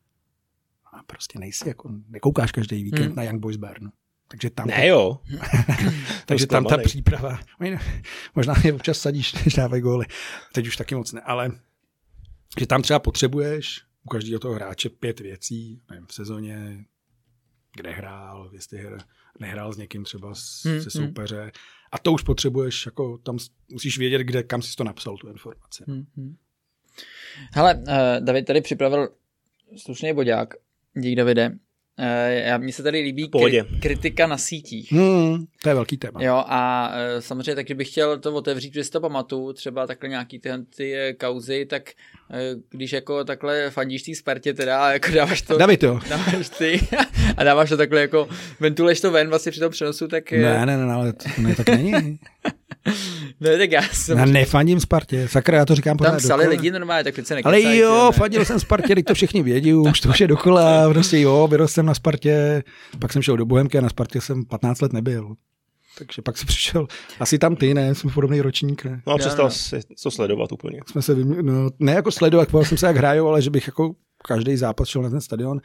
A prostě nejsi, jako nekoukáš každý víkend hmm. na Young Boys Bern. Takže tam, ne jo. takže tam ta příprava, možná je občas sadíš, než dávají góly. Teď už taky moc ne, ale že tam třeba potřebuješ u každého toho hráče pět věcí, nevím, v sezóně, kde hrál, jestli nehrál s někým třeba z, hmm, se soupeře. Hmm. A to už potřebuješ, jako tam musíš vědět, kde, kam jsi to napsal, tu informaci. Hmm, hmm. Hele, uh, David tady připravil slušný bodák. Dík, Davide. Uh, já, mně se tady líbí kri- kritika na sítích. Hmm, to je velký téma. Jo, a uh, samozřejmě taky bych chtěl to otevřít, protože si to pamatuju, třeba takhle nějaký tyhle ty kauzy, tak uh, když jako takhle fandíš tý Spartě teda, jako dáváš to... David, jo. Dáváš ty a dáváš to takhle jako, ventiluješ to ven vlastně při tom přenosu, tak... Ne, ne, ne, ale to ne, tak není. Ne, tak já jsem... Já nefandím Spartě, sakra, já to říkám pořád dokola. Tam psali lidi normálně, tak přece nekecajte. Ale jo, ne? Fandil jsem Spartě, teď to všichni vědí, už to už je dokola, prostě jo, vyrostl jsem na Spartě, pak jsem šel do Bohemky a na Spartě jsem patnáct let nebyl. Takže pak si přišel, asi tam ty, ne, jsme podobný ročník, ne. No a přestal no. si to sledovat úplně. Jsme se vymě... no, ne jako sledovat, povedal jsem se, jak hrajou, ale že bych jako každý zápas šel na ten stadion.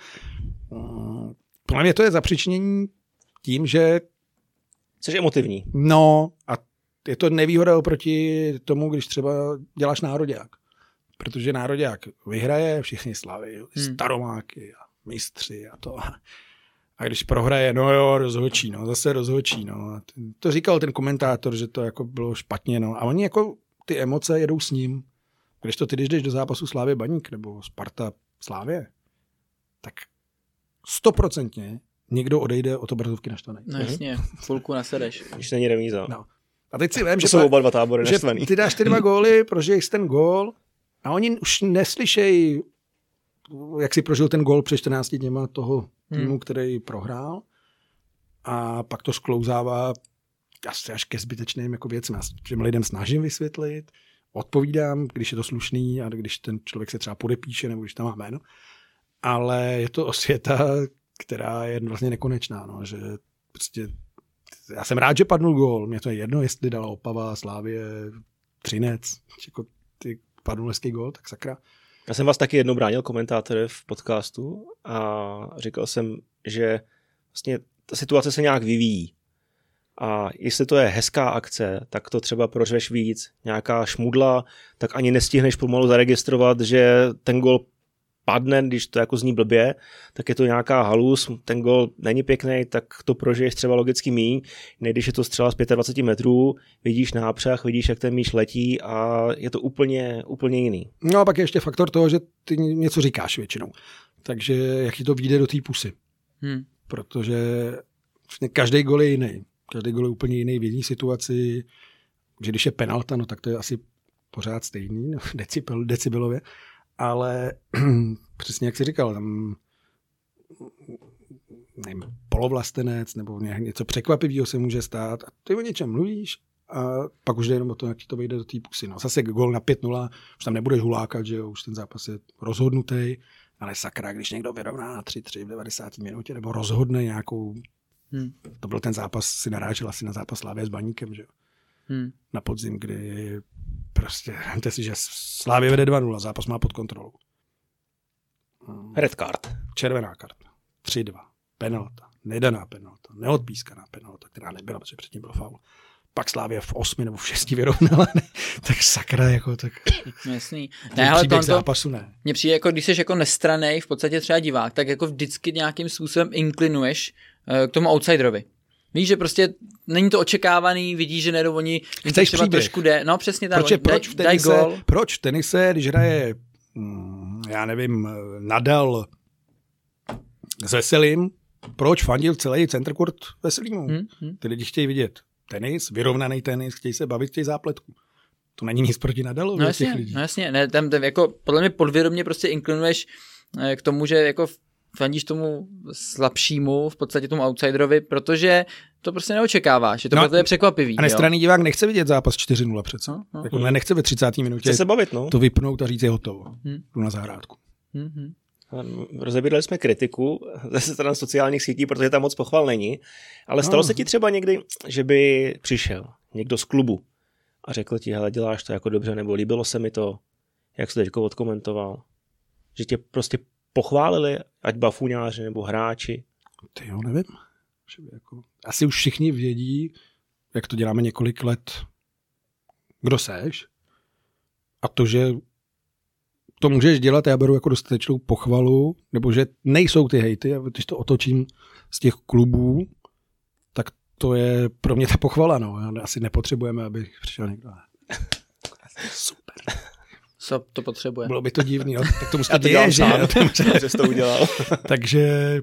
Podle mě to je zapříčinění tím, že... Jsi emotivní. No a je to nevýhoda oproti tomu, když třeba děláš nároďák. Protože nároďák vyhraje, všichni slaví, hmm. staromáky a mistři a to. A když prohraje, no jo, rozhočí, no, zase rozhočí, no. To říkal ten komentátor, že to jako bylo špatně, no. A oni jako ty emoce jedou s ním. Když to ty, když jdeš do zápasu Slávě Baník nebo Sparta Slávě, tak stoprocentně někdo odejde od obrazovky naštvaný. No jasně, fulku nasedeš. Když není remíza. No. A teď si vem, že jsou oba dva tábory naštvaný. Ty dáš ty dva góly, prožiješ ten gól a oni už neslyšejí, jak si prožil ten gól před čtrnácti dněma toho týmu, hmm. který prohrál. A pak to sklouzává asi až ke zbytečným jako věcem. Já těm lidem snažím vysvětlit, odpovídám, když je to slušný a když ten člověk se třeba podepíše nebo když tam má jméno. Ale je to osvěta, která je vlastně nekonečná. No, že prostě, já jsem rád, že padnul gól. Mě to je jedno, jestli dala Opava, Slávě, Třinec. Jako ty padnul hezký gól, tak sakra. Já jsem vás taky jednou bránil komentátory v podcastu a říkal jsem, že vlastně ta situace se nějak vyvíjí. A jestli to je hezká akce, tak to třeba prořveš víc. Nějaká šmudla, tak ani nestihneš pomalu zaregistrovat, že ten gol padne, když to jako zní blbě, tak je to nějaká halus, ten gol není pěkný, tak to prožiješ třeba logicky míň, než když je to střela z dvacet pět metrů, vidíš nápřah, vidíš, jak ten míč letí a je to úplně, úplně jiný. No a pak je ještě faktor toho, že ty něco říkáš většinou. Takže jak ti to vyjde do té pusy. Hmm. Protože každý gol je jiný. Každý gol je úplně jiný v jiný situaci. Že když je penalta, no tak to je asi pořád stejný, no, decibel, decibelově. Ale přesně jak jsi říkal, tam nevím, polovlastenec nebo něco překvapivého se může stát a ty o něčem mluvíš a pak už jde jenom o to, jak ti to vyjde do té pusy. No, zase gól na pět nula, už tam nebudeš hulákat, že jo, už ten zápas je rozhodnutý, ale sakra, když někdo vyrovná na tři tři v devadesáté minutě nebo rozhodne nějakou, hmm. to byl ten zápas, si narážel asi na zápas Slávě s Baníkem, že jo, hmm. na podzim, kdy prostě, vemte si, že Slávě vede dva nula, zápas má pod kontrolou. Red card. Červená karta. tři dva. Penalta. Nedaná penalta. Neodpískaná penalta, která nebyla, protože předtím byl faul. Pak Slávě v osmi nebo v šesti vyrovnala. Ne? Tak sakra, jako tak. Jasný. Ne, ale to zápasu ne. Mně přijde, jako když jsi jako nestranej, v podstatě třeba divák, tak jako vždycky nějakým způsobem inklinuješ uh, k tomu outsiderovi. Víš, že prostě není to očekávaný, vidíš, že nedou oni, chceš třeba příběh. Trošku jde. No přesně tak. Proč, je, proč, v tenise, proč v tenise, když hraje, já nevím, Nadal s Veselým, proč fandil celý centercourt Veselýmu? Hmm, hmm. Ty lidi chtějí vidět tenis, vyrovnaný tenis, chtějí se bavit, chtějí zápletku. To není nic proti Nadalovi. No jasně, no jasně. Ne, tam, tam jako, podle mě podvědomě prostě inklinuješ k tomu, že jako fandíš tomu slabšímu, v podstatě tomu outsiderovi, protože to prostě neočekáváš. Je to, no, to je překvapivý. A nestranný divák nechce vidět zápas čtyři nula přece. No, no. Jako nechce ve třicáté minutě chce se bavit, no. To vypnout a říct je hotovo. Hmm. Jdu na zahrádku. Hmm. Rozebírali jsme kritiku ze strany sociálních sítí, protože tam moc pochval není, ale stalo no. se ti třeba někdy, že by přišel někdo z klubu a řekl ti, hele, děláš to jako dobře, nebo líbilo se mi to, jak jsi teďko odkomentoval, že tě prostě pochválili, ať bafuňáři nebo hráči? Ty jo, nevím. Jako, asi už všichni vědí, jak to děláme několik let, kdo seš. A to, že to můžeš dělat, já beru jako dostatečnou pochvalu, nebo že nejsou ty hejty, a když to otočím z těch klubů, tak to je pro mě ta pochvala. No. Asi nepotřebujeme, aby přišel někdo. Super. Co to potřebuje? Bylo by to divný, jo? Tak tomu to děje, že? Že jsi to udělal. Takže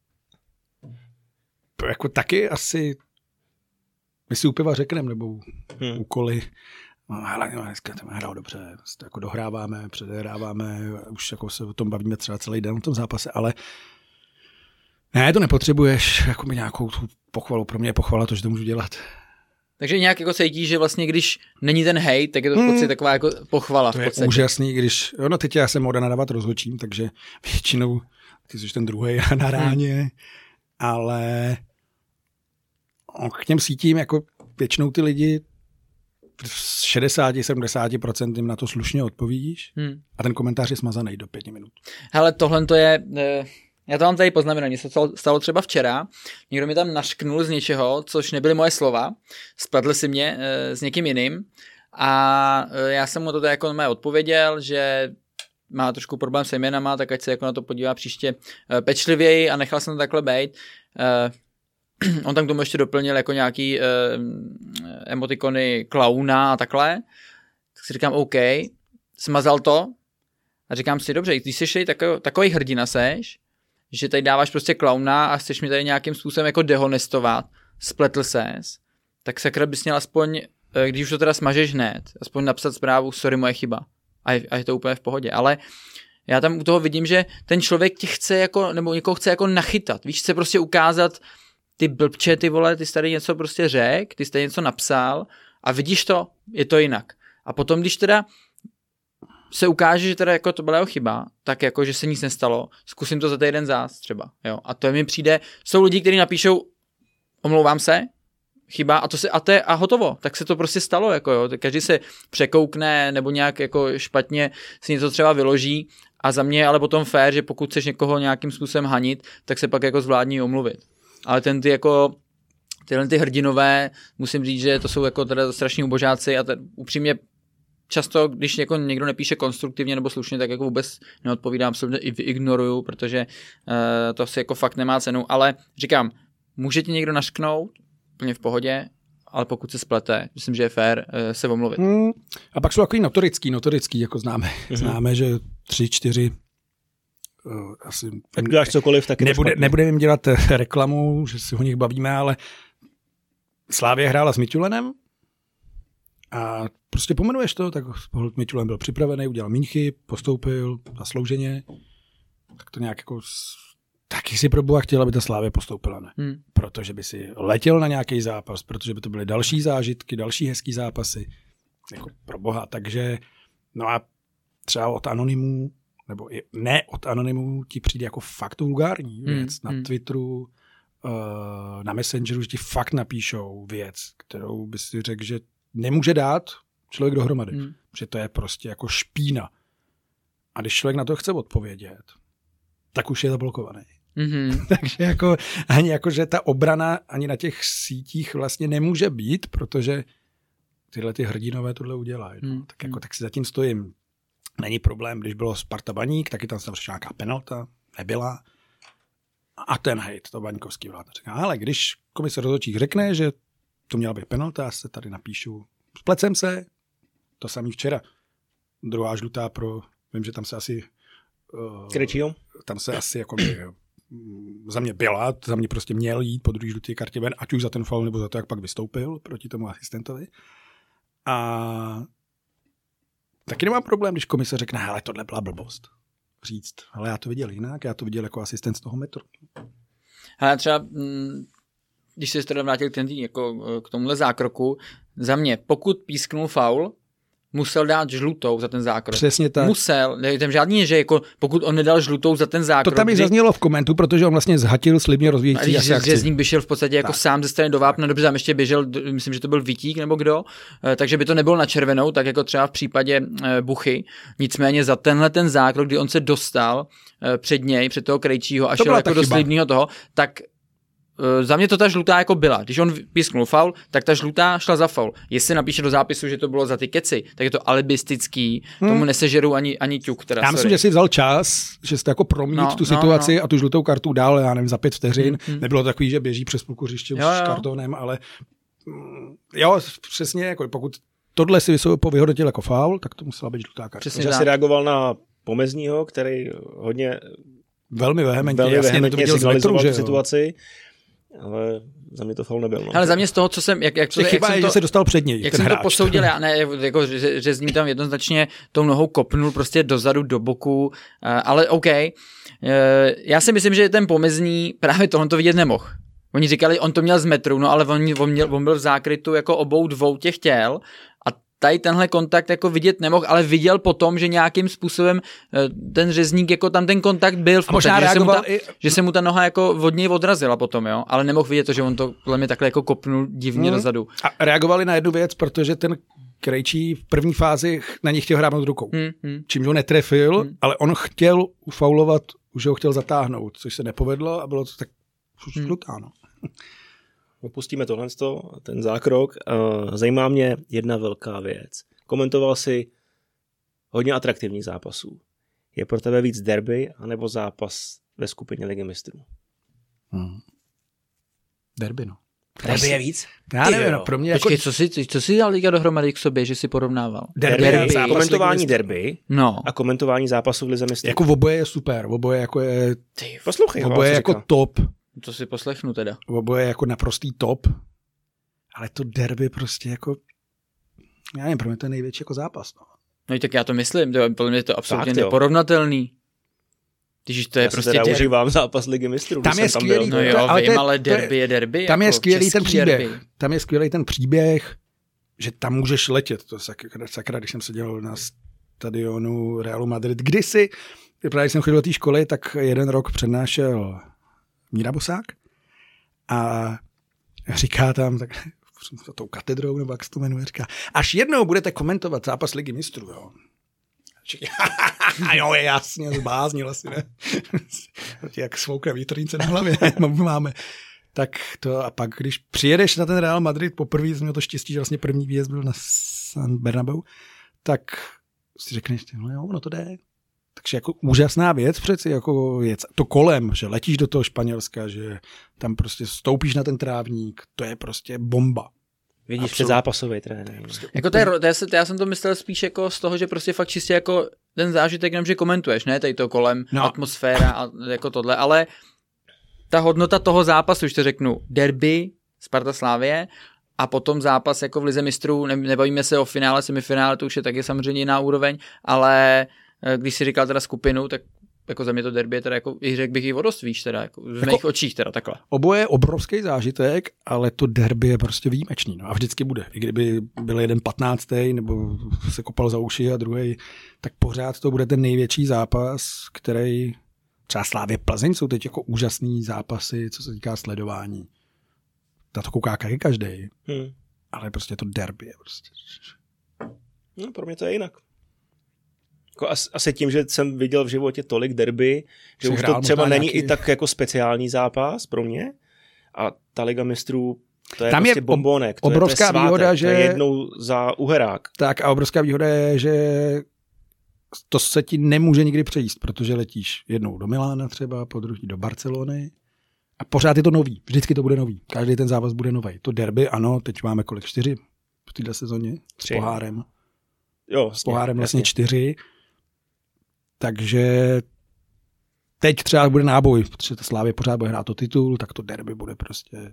jako taky asi my si u piva řekneme, nebo hmm. úkoly. No, hele, no, dneska to hrál dobře, to jako dohráváme, předehráváme, už jako se o tom bavíme třeba celý den v tom zápase, ale ne, to nepotřebuješ jako by nějakou tu pochvalu. Pro mě je pochvala to, že to můžu dělat. Takže nějak jako cítíš, že vlastně když není ten hejt, tak je to v podstatě taková jako pochvala. To v podstatě. Je úžasný, když, no teď já jsem moda nadávat rozhodčím, takže většinou ty jsi ten druhej na ráně, hmm. ale K těm sítím jako většinou ty lidi z šedesát až sedmdesát procent jim na to slušně odpovíš hmm. a ten komentář je smazaný do pěti minut. Hele, tohle to je... Já to mám tady poznamenané, se to stalo třeba včera, někdo mi tam našknul z něčeho, což nebyly moje slova, spletl si mě e, s někým jiným a e, já jsem mu to jako mé odpověděl, že má trošku problém se jménama, tak ať se jako na to podívá příště e, pečlivěji a nechal jsem to takhle bejt. E, on tam k tomu ještě doplnil jako nějaký e, emotikony klauna a takhle, tak si říkám OK, smazal to a říkám si dobře, když jsi takový, takový hrdina seš, že tady dáváš prostě klauna a chceš mi tady nějakým způsobem jako dehonestovat, spletl ses, tak sakra bys měl aspoň, když už to teda smažeš hned, aspoň napsat zprávu, sorry, moje chyba. A je, a je to úplně v pohodě. Ale já tam u toho vidím, že ten člověk tě chce jako, nebo někoho chce jako nachytat. Víš, chce prostě ukázat, ty blbče, ty vole, ty jsi tady něco prostě řek, ty jsi tady něco napsal a vidíš to, je to jinak. A potom, když teda se ukáže, že teda jako to byla jeho chyba, tak jako, že se nic nestalo, zkusím to za týden zás třeba, jo. A to mi přijde, jsou lidi, kteří napíšou, omlouvám se, chyba a to se, a to je, a hotovo, tak se to prostě stalo, jako jo. Každý se překoukne nebo nějak jako špatně si něco třeba vyloží a za mě je ale potom fér, že pokud chceš někoho nějakým způsobem hanit, tak se pak jako zvládní omluvit. Ale ten ty jako, tyhle ty hrdinové, musím říct, že to jsou jako teda strašní ubožáci a ten, upřímně často, když jako někdo nepíše konstruktivně nebo slušně, tak jako vůbec neodpovídám, absolutně i ignoruju, protože uh, to si jako fakt nemá cenu, ale říkám, může ti někdo našknout, úplně v pohodě, ale pokud se splete, myslím, že je fér uh, se omluvit. Hmm. A pak jsou takový notorický, notorický, jako známe. Mm-hmm. Známe, že tři, čtyři uh, asi... Tak děláš cokoliv, tak nebude, nebudeme jim dělat reklamu, že si o nich bavíme, ale Slávě hrála s Miťulenem a prostě pomenuješ to, tak Miťulen byl připravený, udělal mínchy, postoupil zaslouženě, tak to nějak jako taky si pro boha chtěl, aby ta Slávě postoupila, ne? Hmm. Protože by si letěl na nějaký zápas, protože by to byly další zážitky, další hezký zápasy, jako pro boha, takže no a třeba od anonymů, nebo i ne od anonymů ti přijde jako fakt vulgární věc hmm. na hmm. Twitteru, uh, na Messengeru, že ti fakt napíšou věc, kterou by si řekl, že nemůže dát člověk dohromady, hmm. že to je prostě jako špína. A když člověk na to chce odpovědět, tak už je zablokovaný. Mm-hmm. Takže jako, ani jako, že ta obrana ani na těch sítích vlastně nemůže být, protože tyhle ty hrdinové tohle udělají. No. Mm. Tak, jako, tak si zatím stojím. Není problém, když bylo Sparta Baník, taky tam se přišla nějaká penalta, nebyla. A ten hejt, to Baníkovský vlád říká, ale když komise rozhodčích řekne, že to měla být penalta, já se tady napíšu, splecem se, to samý včera. Druhá žlutá pro, vím, že tam se asi Krejčího? Tam se asi jako by, za mě byla, za mě prostě měl jít po druhý žlutý kartě ven, ať už za ten faul, nebo za to, jak pak vystoupil proti tomu asistentovi. A taky nemám problém, když komise řekne, hele, tohle byla blbost. Říct, ale já to viděl jinak, já to viděl jako asistent z toho metru. Hele, třeba, když se teda vrátil k, ten, jako k tomuhle zákroku, za mě, pokud písknul faul, musel dát žlutou za ten zákrok. Přesně tak. Musel, ne, tam žádný, že jako pokud on nedal žlutou za ten zákrok. To tam i kdy... zaznělo v komentu, protože on vlastně zhatil slibně rozvíjející akci. A řezník by šel v podstatě jako tak. Sám ze strany do vápna, dobře, tam ještě běžel, myslím, že to byl Vítík nebo kdo, takže by to nebylo na červenou, tak jako třeba v případě Buchy. Nicméně za tenhle ten zákrok, kdy on se dostal před něj, před toho Krejčího a to šel jako do slibného toho, tak za mě to ta žlutá jako byla. Když on písknul faul, tak ta žlutá šla za faul. Jestli napíše do zápisu, že to bylo za ty keci, tak je to alibistický, hmm. tomu nesežerou ani, ani ťuk. Teda, já myslím, sorry. Že si vzal čas, že jste jako promít no, tu situaci no, no. a tu žlutou kartu dál, já nevím, za pět vteřin. Hmm. Nebylo takový, že běží přes půlku hřiště už s kartonem, ale jo, přesně, jako pokud tohle si vyhodnotil jako faul, tak to musela být žlutá karta. Přesně, že si reagoval na Pomezního, který hodně velmi vehementně, velmi jasně, vehementně signalizoval tu situaci. Ale za mě to faul nebyl. No. Ale za mě z toho, co jsem... Jak, jak, to, chyba jak je, to, že se dostal před něj. Jak jsem hráč. To posoudil, já ne, jako, že, že s ním tam jednoznačně tou nohou kopnul prostě dozadu, do boku, ale OK. Já si myslím, že ten Pomezní právě tohle to vidět nemohl. Oni říkali, on to měl z metru, no ale on, on, měl, on byl v zákrytu jako obou dvou těch těl a tady tenhle kontakt jako vidět nemohl, ale viděl potom, že nějakým způsobem ten řezník, jako tam ten kontakt byl v podstatě, že, se mu ta, i... že se mu ta noha jako od něj odrazila potom, jo, ale nemohl vidět to, že on to podle mě takhle jako kopnul divně hmm. dozadu. A reagovali na jednu věc, protože ten Krejčí v první fázi na něj chtěl hrábnout rukou, hmm. Hmm. čímž ho netrefil, hmm. ale on chtěl ufaulovat, už ho chtěl zatáhnout, což se nepovedlo a bylo to tak šlutáno. Hmm. Opustíme tohle, ten zákrok. Zajímá mě jedna velká věc. Komentoval si hodně atraktivních zápasů. Je pro tebe víc derby anebo zápas ve skupině Ligy mistrů? Hmm. Derby, no. Derby je víc? Já nevím, no, pro mě Počkej, jako... co si, co si dal Liga dohromady k sobě, že si porovnával? Derby, derby. derby. Komentování derby no. a komentování zápasů v Lize mistrů. Jako v oboje je super, v oboje jako je... Ty, poslouchej. V oboje je jako říká. top. To si poslechnu teda. V oboje je jako naprostý top, ale to derby prostě jako... Já nevím, pro mě to je největší jako zápas, no. No i tak já to myslím, to, podle mě je to absolutně tak, neporovnatelný. Když to je já prostě... Já si užívám zápas Ligy mistrů. Tam je tam skvělý, no jo, ale, vím, ale derby je derby. Tam jako je skvělý ten příběh. Derby. Tam je skvělý ten příběh, že tam můžeš letět. To sakra, sakra když jsem seděl na stadionu Realu Madrid. Kdysi, právě když jsem chodil do té školy, tak jeden rok přednášel Míra Bosák a říká tam, tak za tou katedrou, nebo jak se to jmenuje, říká, až jednou budete komentovat zápas Ligy mistrů, jo. Jo, je jasně, zbláznil asi, ne? Jak svoukne vítrince na hlavě máme. Tak to a pak, když přijedeš na ten Real Madrid, poprvé jsem měl to štěstí, že vlastně první výjezd byl na San Bernabeu, tak si řekneš, no jo, no to jde. Takže jako úžasná věc přeci, jako věc. To kolem, že letíš do toho Španělska, že tam prostě stoupíš na ten trávník, to je prostě bomba. Vidíš předzápasový trénink. Prostě jako to je, to je, já jsem to myslel spíš jako z toho, že prostě fakt čistě jako ten zážitek jenom, že komentuješ, ne, tady to kolem, no. Atmosféra a jako tohle, ale ta hodnota toho zápasu, už to řeknu, derby, Sparta Slavie a potom zápas jako v Lize mistrů, ne, nebavíme se o finále, semifinále, to už je taky samozřejmě jiná úroveň, ale když si říkal teda skupinu, tak jako za mě to derby je teda jako, i řekl bych i o dost víš teda, jako v mých jako očích teda takhle. Oboje je obrovský zážitek, ale to derby je prostě výjimečný, no a vždycky bude. I kdyby byl jeden patnáctý nebo se kopal za uši a druhý, tak pořád to bude ten největší zápas, který třeba Slávě Plzeň jsou teď jako úžasný zápasy, co se týká sledování. Na to kouká každý, hmm. ale prostě to derby je prostě. No, pro mě to je jinak. Asi tím, že jsem viděl v životě tolik derby, že už to třeba není nějaký... i tak jako speciální zápas pro mě. A ta Liga mistrů, to je tam prostě je bombonek. To obrovská je, to je svátek, výhoda, že... To je jednou za uherák. Tak a obrovská výhoda je, že to se ti nemůže nikdy přejíst, protože letíš jednou do Milána třeba, po druhý do Barcelony a pořád je to nový. Vždycky to bude nový. Každý ten zápas bude nový. To derby, ano, teď máme kolik? Čtyři v této sezóně? Tři. S pohárem. Jo, s pohárem vlastně jasně. čtyři. Takže teď třeba bude náboj, protože ta Slávě pořád bude hrát o titul, tak to derby bude prostě...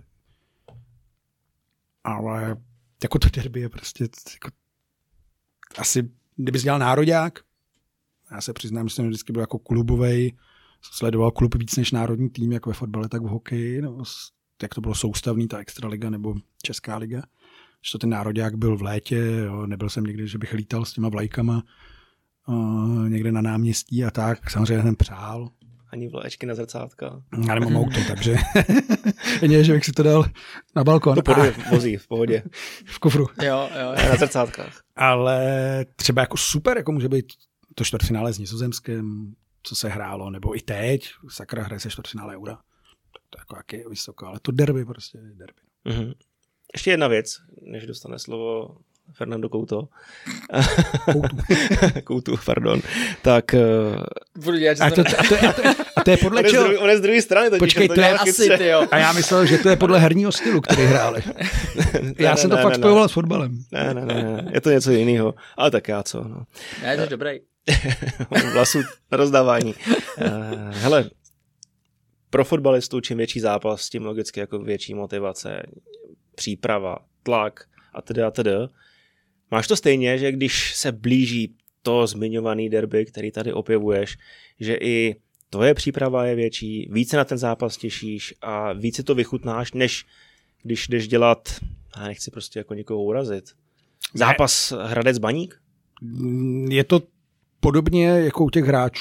Ale jako to derby je prostě... Jako, asi, kdybys dělal nároďák, já se přiznám, že jsem vždycky byl jako klubovej, sledoval klub víc než národní tým, jak ve fotbale, tak v hokeji, nebo jak to bylo soustavný, ta extraliga nebo Česká liga. Že to ten nároďák byl v létě, jo, nebyl jsem nikdy, že bych lítal s těma vlajkama uh, někde na náměstí a tak, samozřejmě jsem přál. Ani vlaječky na zrcátka. Já nemám auto, takže ne, že bych si to dal na balkon. To podě, vozí, v pohodě. V kufru. Jo, jo. Na zrcátkách. Ale třeba jako super, jako může být to čtvrtfinále s Nizozemskem, co se hrálo, nebo i teď, sakra, hraje se čtvrtfinále Eura. To je jako jaký je vysoko, ale to derby prostě, derby. Mm-hmm. Ještě jedna věc, než dostane slovo Fernando Couto. Coutu. Coutu, pardon. Tak... A to, a, to, a, to, a to je podle on čeho? Je z, on je z druhé strany. Totiž, počkej, to, to je asi, ty jo. A já myslel, že to je podle herního stylu, který hráli. Já ne, jsem to ne, fakt ne, spojoval ne. s fotbalem. Ne, ne, ne, je to něco jiného. Ale tak já co, no. Ne, to je dobrý. Vlasu rozdávání. Hele, pro fotbalistu čím větší zápas, tím logicky jako větší motivace, příprava, tlak a tedy a tedy. Máš to stejně, že když se blíží to zmiňovaný derby, který tady opěvuješ, že i tvoje příprava je větší, více na ten zápas těšíš a více to vychutnáš, než když jdeš dělat, já nechci prostě jako někoho urazit, Zápas ne. Hradec Baník? Je to podobně jako u těch hráčů.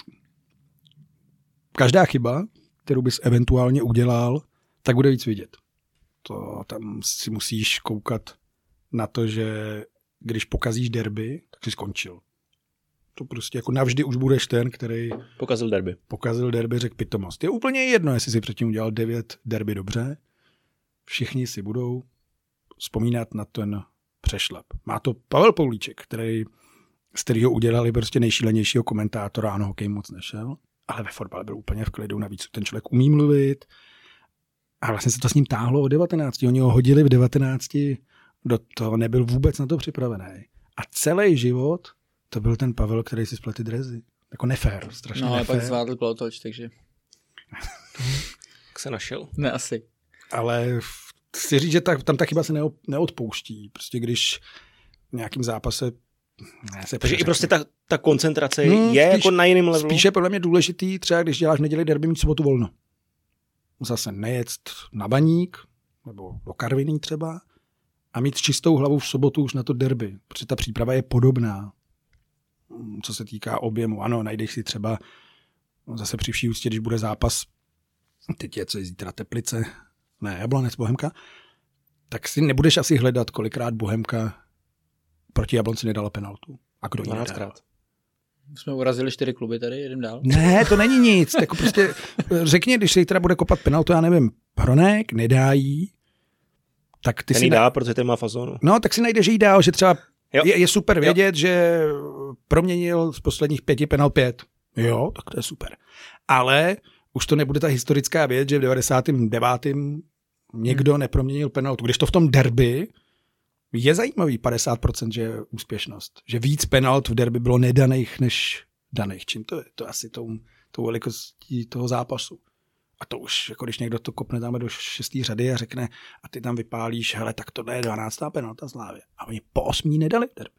Každá chyba, kterou bys eventuálně udělal, tak bude víc vidět. To tam si musíš koukat na to, že když pokazíš derby, tak jsi skončil. To prostě jako navždy už budeš ten, který pokazil derby. Pokazil derby, řekl pitomost. Je úplně jedno, jestli si předtím udělal devět derby dobře. Všichni si budou vzpomínat na ten přešlap. Má to Pavel Poulíček, který, z kterého udělali prostě nejšílenějšího komentátora, ano, hokej moc nešel, ale ve fotbale byl úplně v klidu, navíc ten člověk umí mluvit. A vlastně se to s ním táhlo od devatenácti. Oni ho hodili v devatenácti, do toho nebyl vůbec na to připravený. A celý život to byl ten Pavel, který si spletl dresy. Jako nefér, strašně no, ale nefér. pak zvládl polotoč, takže... Jak se našel? Ne, asi. Ale chci říct, že ta, tam ta chyba se neop, neodpouští. Prostě když v nějakém zápase... Ne, se Takže i prostě ta, ta koncentrace hmm, je spíš, jako na jiném levelu? Spíše podle mě důležitý, třeba když děláš v neděli derby, mít sobotu volno. Zase nejet na Baník, nebo do Karviní třeba, a mít čistou hlavu v sobotu už na to derby. Protože ta příprava je podobná, co se týká objemu. Ano, najdeš si třeba zase při vší úctě, když bude zápas, teď je co je zítra Teplice, ne, Jablonec, Bohemka, tak si nebudeš asi hledat, kolikrát Bohemka proti Jablonci nedala penaltu. A kdo ji nedal. Jsme urazili čtyři kluby tady, jedem dál. Ne, to není nic. Jako prostě řekni, když se jí teda bude kopat penaltu, já nevím, Hronek, nedá jí, tak ty ten si... jí dá, na... protože ten má fazonu. No, tak si najdeš, že jí dál, že třeba je, je super vědět, jo. že proměnil z posledních pěti penalt pět. Jo, tak to je super. Ale už to nebude ta historická věc, že v devadesátém devátém někdo hmm. neproměnil penaltu. Když to v tom derby je zajímavý padesát procent, že je úspěšnost. Že víc penalt v derby bylo nedaných než daných. Čím to je? To je asi tou, tou velikostí toho zápasu. A to už, jako když někdo to kopne tam do šestý řady a řekne, a ty tam vypálíš, hele, tak tohle je dvanáctá penalta Slávě. A oni po osmí nedali v derby.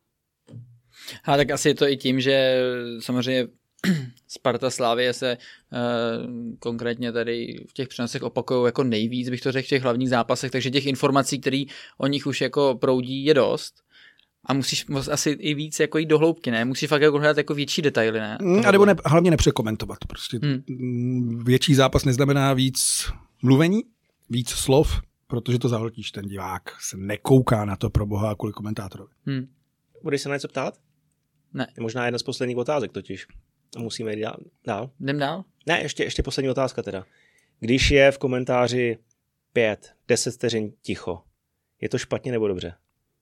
A tak asi je to i tím, že samozřejmě Sparta Slavie se uh, konkrétně tady v těch přenosech opakují jako nejvíc, bych to řekl, v těch hlavních zápasech, takže těch informací, které o nich už jako proudí, je dost. A musíš asi i víc jako jít do hloubky, ne? Musíš fakt jako hledat jako větší detaily, ne? A nebo ne, hlavně nepřekomentovat. Prostě hmm. větší zápas neznamená víc mluvení, víc slov, protože to zahltíš. Ten divák se nekouká na to pro boha kvůli komentátorovi. Hmm. Budeš se na něco ptát? Ne. Je možná jedna z posledních otázek totiž. A musíme jít dál. Jdem dál? Ne, ještě, ještě poslední otázka teda. Když je v komentáři pět, deset vteřin ticho, je to špatně nebo dobře?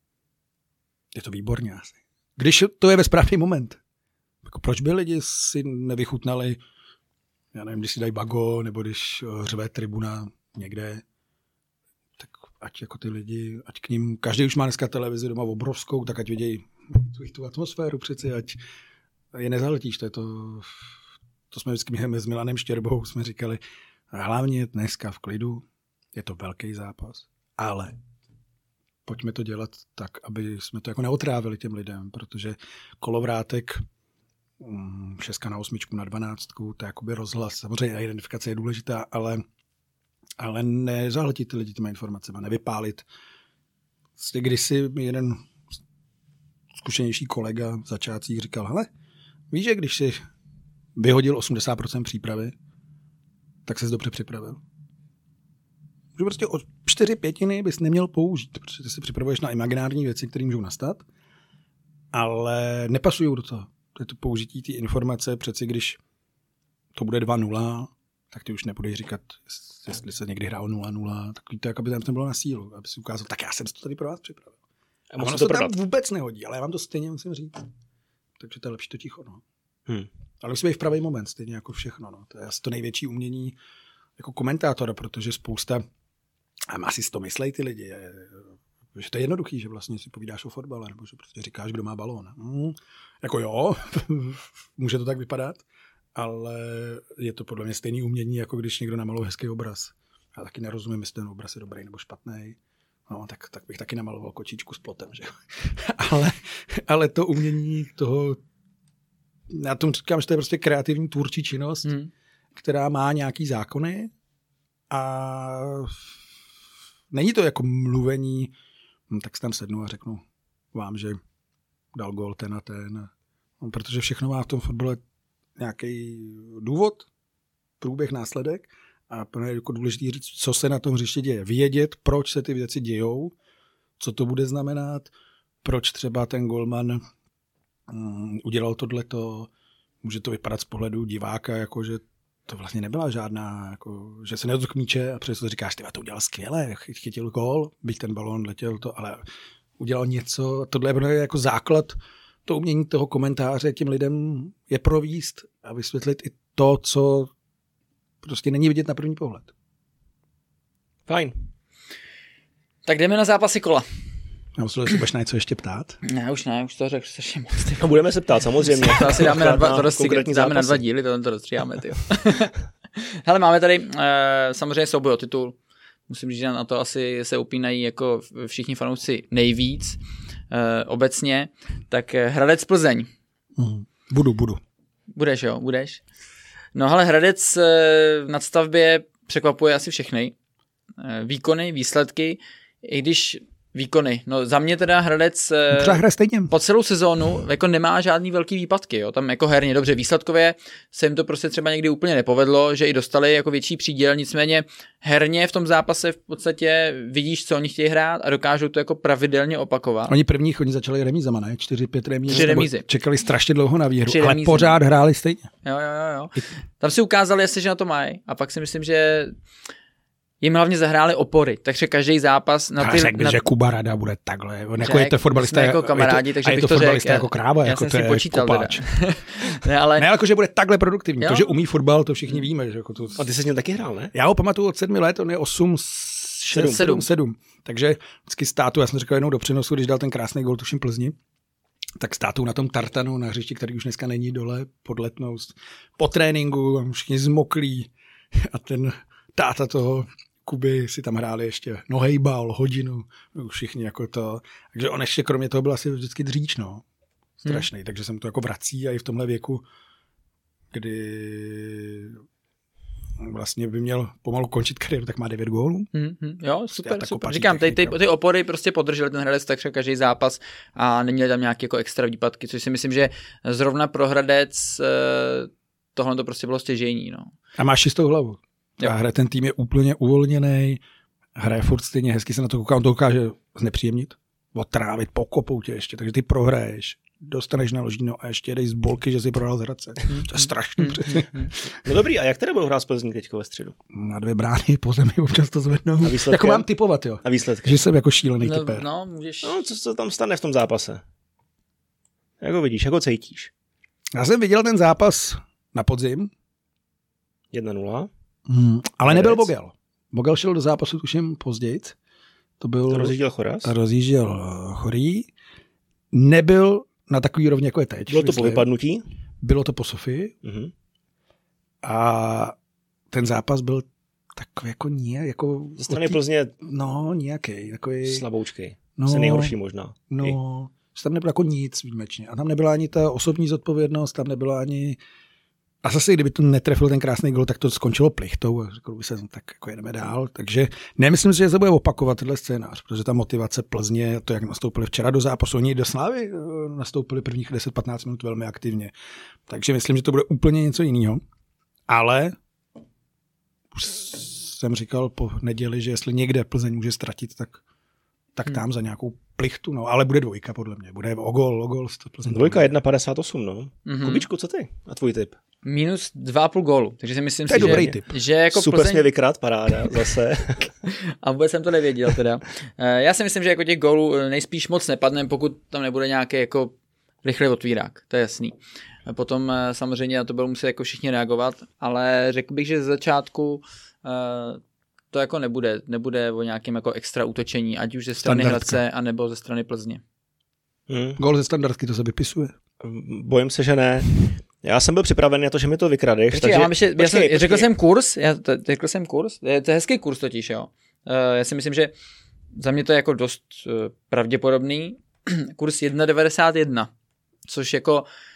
Je to výborně asi. Když to je ve správný moment. Jako proč by lidi si nevychutnali, já nevím, když si dají bago, nebo když řve tribuna někde, tak ať jako ty lidi, ať k ním, každý už má dneska televizi doma obrovskou, tak ať vidějí tu, tu atmosféru přeci, ať je nezahltíš. To je to, to jsme vždycky s Milanem Štěrbou jsme říkali, hlavně dneska v klidu, je to velký zápas, ale pojďme to dělat tak, aby jsme to jako neotrávili těm lidem, protože kolovrátek šestka na osmičku na dvanáctku, to je jakoby rozhlas. Samozřejmě identifikace je důležitá, ale, ale nezahltit ty lidi těma informacemi, nevypálit. Vlastně kdysi mi jeden zkušenější kolega v začátcích říkal, hele, víš, že když si vyhodil osmdesát procent přípravy, tak ses dobře připravil. Že prostě o čtyři pětiny bys neměl použít, protože ty se připravuješ na imaginární věci, které můžou nastat, ale nepasují do toho. To je to použití té informace, přeci když to bude dva nula, tak ty už nebudeš říkat, jestli se někdy hrálo nula nula, takový to, aby tam nebylo na sílu, aby si ukázal, tak já jsem to tady pro vás připravil. A ono se tam vůbec nehodí, ale já vám to stejně musím říct. Takže to je lepší to ticho. No. Hmm. Ale musí být v pravý moment, stejně jako všechno. No. To je asi to největší umění jako komentátora, protože spousta, a asi si to myslej ty lidi, je, že to je jednoduchý, že vlastně si povídáš o fotbale, nebo že prostě říkáš, kdo má balón. Hmm. Jako jo, může to tak vypadat, ale je to podle mě stejný umění, jako když někdo namaluje hezký obraz. Já taky nerozumím, jestli ten obraz je dobrý nebo špatný. No, tak, tak bych taky namaloval kočičku s plotem, že ale, ale to umění toho, já tomu říkám, že to je prostě kreativní tvůrčí činnost, hmm. která má nějaký zákony a není to jako mluvení, hm, tak si tam sednu a řeknu, vám, že dal gól ten a ten. Protože všechno má v tom fotbale nějaký důvod, průběh, následek a je jako důležité říct, co se na tom hřiště děje. Vědět, proč se ty věci dějou, co to bude znamenat, proč třeba ten golman um, udělal tohleto. Může to vypadat z pohledu diváka, jako že to vlastně nebyla žádná, jako, že se nedotkl k míče a přesto říkáš, ty to udělal skvěle, chytil gól, byť ten balón letěl to, ale udělal něco, tohle je jako základ to umění toho komentáře těm lidem je províst a vysvětlit i to, co prostě není vidět na první pohled. Fajn. Tak jdeme na zápasy kola. Já musím, jestli budeš na něco ještě ptát. Ne, už ne, už to řekl strašně moc. A budeme se ptát, samozřejmě. To asi dáme na dva, to rozstří, dáme na dva díly, to, to rozstříháme, tyjo. Hele, máme tady uh, samozřejmě souboj o titul. Musím říct, že na to asi se upínají jako všichni fanoušci nejvíc uh, obecně. Tak Hradec Plzeň. Mm, budu, budu. Budeš, jo, budeš. No ale Hradec uh, v nadstavbě překvapuje asi všechny. Uh, výkony, výsledky, i když výkony. No za mě teda Hradec po celou sezónu jako nemá žádný velký výpadky. Jo. Tam jako herně dobře výsledkově se jim to prostě třeba někdy úplně nepovedlo, že i dostali jako větší příděl, nicméně herně v tom zápase v podstatě vidíš, co oni chtějí hrát a dokážou to jako pravidelně opakovat. Oni první oni začali remízama, ne? čtyři pět remíz. Tři remízy. Čekali strašně dlouho na výhru, Tři ale remízy. Pořád hráli stejně. Jo, jo, jo. jo. Tam si ukázali, jestli, že na to mají a pak si myslím, že jim hlavně zahráli opory, takže každý zápas na ty... Řekl bych, na... že Kuba Rada bude takhle. On Řek, jako je to fotbalista jako kamarádi, je to, takže a je bych to to fotbalista řekl. jako kráva, já jako jsem to si je počítal kopáč. ne, ale... ne, jako že bude takhle produktivní. Jo? To, že umí fotbal, to všichni víme. Že jako to... A ty jsi s ním taky hrál, ne? Já ho pamatuju od sedmi let, on je osm, šest, sedm, sedm. Takže vždycky státu, já jsem řekl jednou do přenosu, když dal ten krásný gol, tuším Plzni, tak státu na tom tartanu na hřišti, který už dneska není dole, pod Letnou, po tréninku, všichni zmoklí a ten táta toho Kuby si tam hráli ještě nohejbal, hodinu, všichni jako to. Takže on ještě kromě toho byl asi vždycky dříč, no. Strašný, hmm. takže se mu to jako vrací a i v tomhle věku, kdy vlastně by měl pomalu končit kariéru, tak má devět gólů. Hmm, hmm. Jo, super, super. Říkám, ty, ty, ty opory prostě podrželi ten Hradec takže každý zápas a neměli tam nějaké jako extra výpadky, což si myslím, že zrovna pro Hradec tohle to prostě bylo stěžejní, no. A máš čistou hlavu. A hraje, ten tým je úplně uvolněný, hraje furt stejně hezky, se na to kouká, on to dokáže znepříjemnit, otrávit, pokopou tě ještě, takže ty prohraješ, dostaneš na ložíno a ještě jedeš z bolky, že jsi prohrál z Hradce. To je strašný přeci. No dobrý, a jak teda budou hrát z Plzní teďko ve středu? Na dvě brány po zemi občas to zvednou. Jako mám typovat, jo. A výsledky? Že jsem jako šílený no, typer. No, můžeš... no, co se tam stane v tom zápase? Jak ho vidíš, jak ho cítíš? Já jsem viděl ten zápas na podzim. jedna nula. Hmm, ale nebyl Bogel. Bogel šel do zápasu tuším později. To byl... Rozjížděl Choraz? Rozjížděl Chorý. Nebyl na takový rovně, jako je teď. Bylo to po vypadnutí? Bylo to po Sofii. Uh-huh. A ten zápas byl takový jako nějak... Jako ze strany Plzně... No, nějaký. Takový... Slaboučkej. No, se nejhorší možná. No, že tam nebylo jako nic výjimečně. A tam nebyla ani ta osobní zodpovědnost, tam nebyla ani... A zase, kdyby to netrefil ten krásný gol, tak to skončilo plichtou a řekl by se, tak jako jedeme dál. Takže nemyslím si, že se bude opakovat tenhle scénář, protože ta motivace Plzně, to jak nastoupili včera do zápasu, oni do Slávy nastoupili prvních deset patnáct minut velmi aktivně. Takže myslím, že to bude úplně něco jiného. Ale už jsem říkal po neděli, že jestli někde Plzeň může ztratit, tak, tak hmm. tam za nějakou plichtu, no, ale bude dvojka podle mě, bude o gol, o gol. Dvojka jedna padesát osm, no. Mm-hmm. Kubičku, co ty? A tvůj tip? Minus dva a půl gólu, takže si myslím, to je si, dobrý že, tip. že jako super Plzeň... mě vykrát, paráda, zase. A vůbec jsem to nevěděl teda. Já si myslím, že jako těch gólů nejspíš moc nepadne, pokud tam nebude nějaký jako rychlý otvírák, to je jasný. Potom samozřejmě na to budou muset jako všichni reagovat, ale řekl bych, že ze začátku to jako nebude, nebude o nějakém jako extra útočení, ať už ze strany Hradce, anebo ze strany Plzně. Hmm. Gól ze standardky, to se vypisuje. Bojím se, že ne. Já jsem byl připravený na to, že mi to vykradeš. Počkej, takže... já mám ještě, počkej, já jsem, počkej. řekl jsem kurz, já, to, řekl jsem kurz, je, to je hezký kurz totiž, jo. Uh, já si myslím, že za mě to je jako dost uh, pravděpodobný. Kurz jedna devadesát jedna, což jako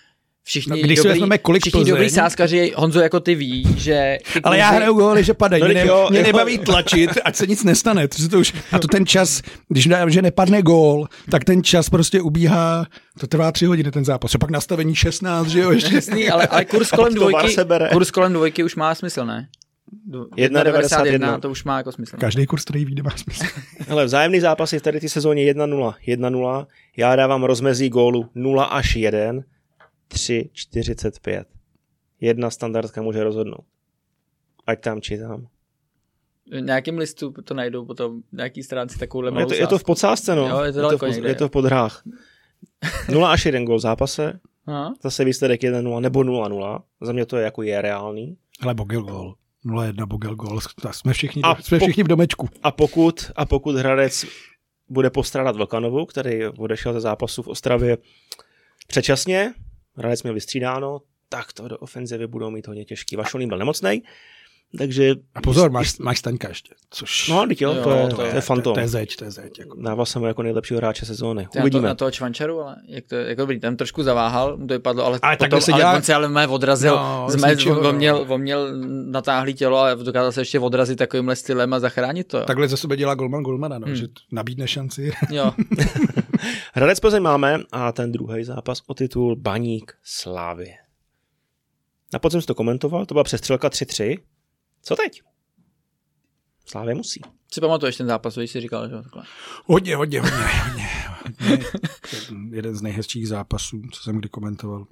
Všichni, No, když si dobrý, vezmeme, kolik všichni Plzeň- dobrý sázkaři, Honzo, jako ty ví, že... Ty Ale já kluci- hraju góly, že padají. No, Mě, ne, jo, mě jo. nebaví tlačit, ať se nic nestane. To, to už, a to ten čas, když dám, že nepadne gól, tak ten čas prostě ubíhá, to trvá tři hodiny ten zápas. A pak nastavení šestnáct, že jo, ještě. Jasný, ale, ale kurz kolem to V A R dvojky, se bere. kurz kolem dvojky už má smysl, ne? jedna devadesát jedna. To už má jako smysl. Každý kurz, který vyjde, má smysl. Hele, vzájemný zápasy v tady té sezóně jedna nula, jedna nula. Já dávám rozmezí gólu nula až jedna, tři čtyřicet pět. Jedna standardka může rozhodnout. Ať tam či tam. V nějakém listu to najdou potom, v nějaký stránce takovouhle Je malou to, je to v podsázce, no. Jo, je to je, to daleko v, někde, je to v podhrách. nula až jeden gól v zápase, Aha. zase výsledek jedna nula nebo nula nula. Za mě to je jako je reálný. Ale Bogel gól. nula jedna Bogel gól. Jsme všichni, A jsme po- všichni v domečku. A pokud, a pokud Hradec bude postrádat Vlkanovu, který odešel ze zápasu v Ostravě předčasně, Hradec měl vystřídáno, tak to do ofenzivy budou mít hodně těžký. Vašolín byl nemocnej, takže... A pozor, máš, máš Staňka ještě. Což... No, teď jo, Jo, to je, to to je- je fantom. To je zeď, to je zeď. Jako. Dával jsem ho jako nejlepšího hráče sezóny. Na, to, Uvidíme. na toho Čvančaru, ale jak to, jako dobrý, tam trošku zaváhal, mu to vypadlo, ale, Ale potom, takhle se ale dělá- on se ale mé odrazil, No, z z mé, ničeho, on, no. on, měl, on měl natáhlý tělo a dokázal se ještě odrazit takovýmhle stylem a zachránit to. Jo. Takhle ze sebe dělá golman golmana, no, Hmm. že nabídne šanci. Jo. Hradec Plzeň máme a ten druhý zápas o titul Baník Slávy. Na podzim jsi to komentoval, to byla přestřelka tři tři. Co teď? Slávě musí. Si pamatuješ ten zápas, když jsi říkal, že jo, takhle. Hodně, hodně, hodně, hodně. hodně. Jeden z nejhezčích zápasů, co jsem kdy komentoval.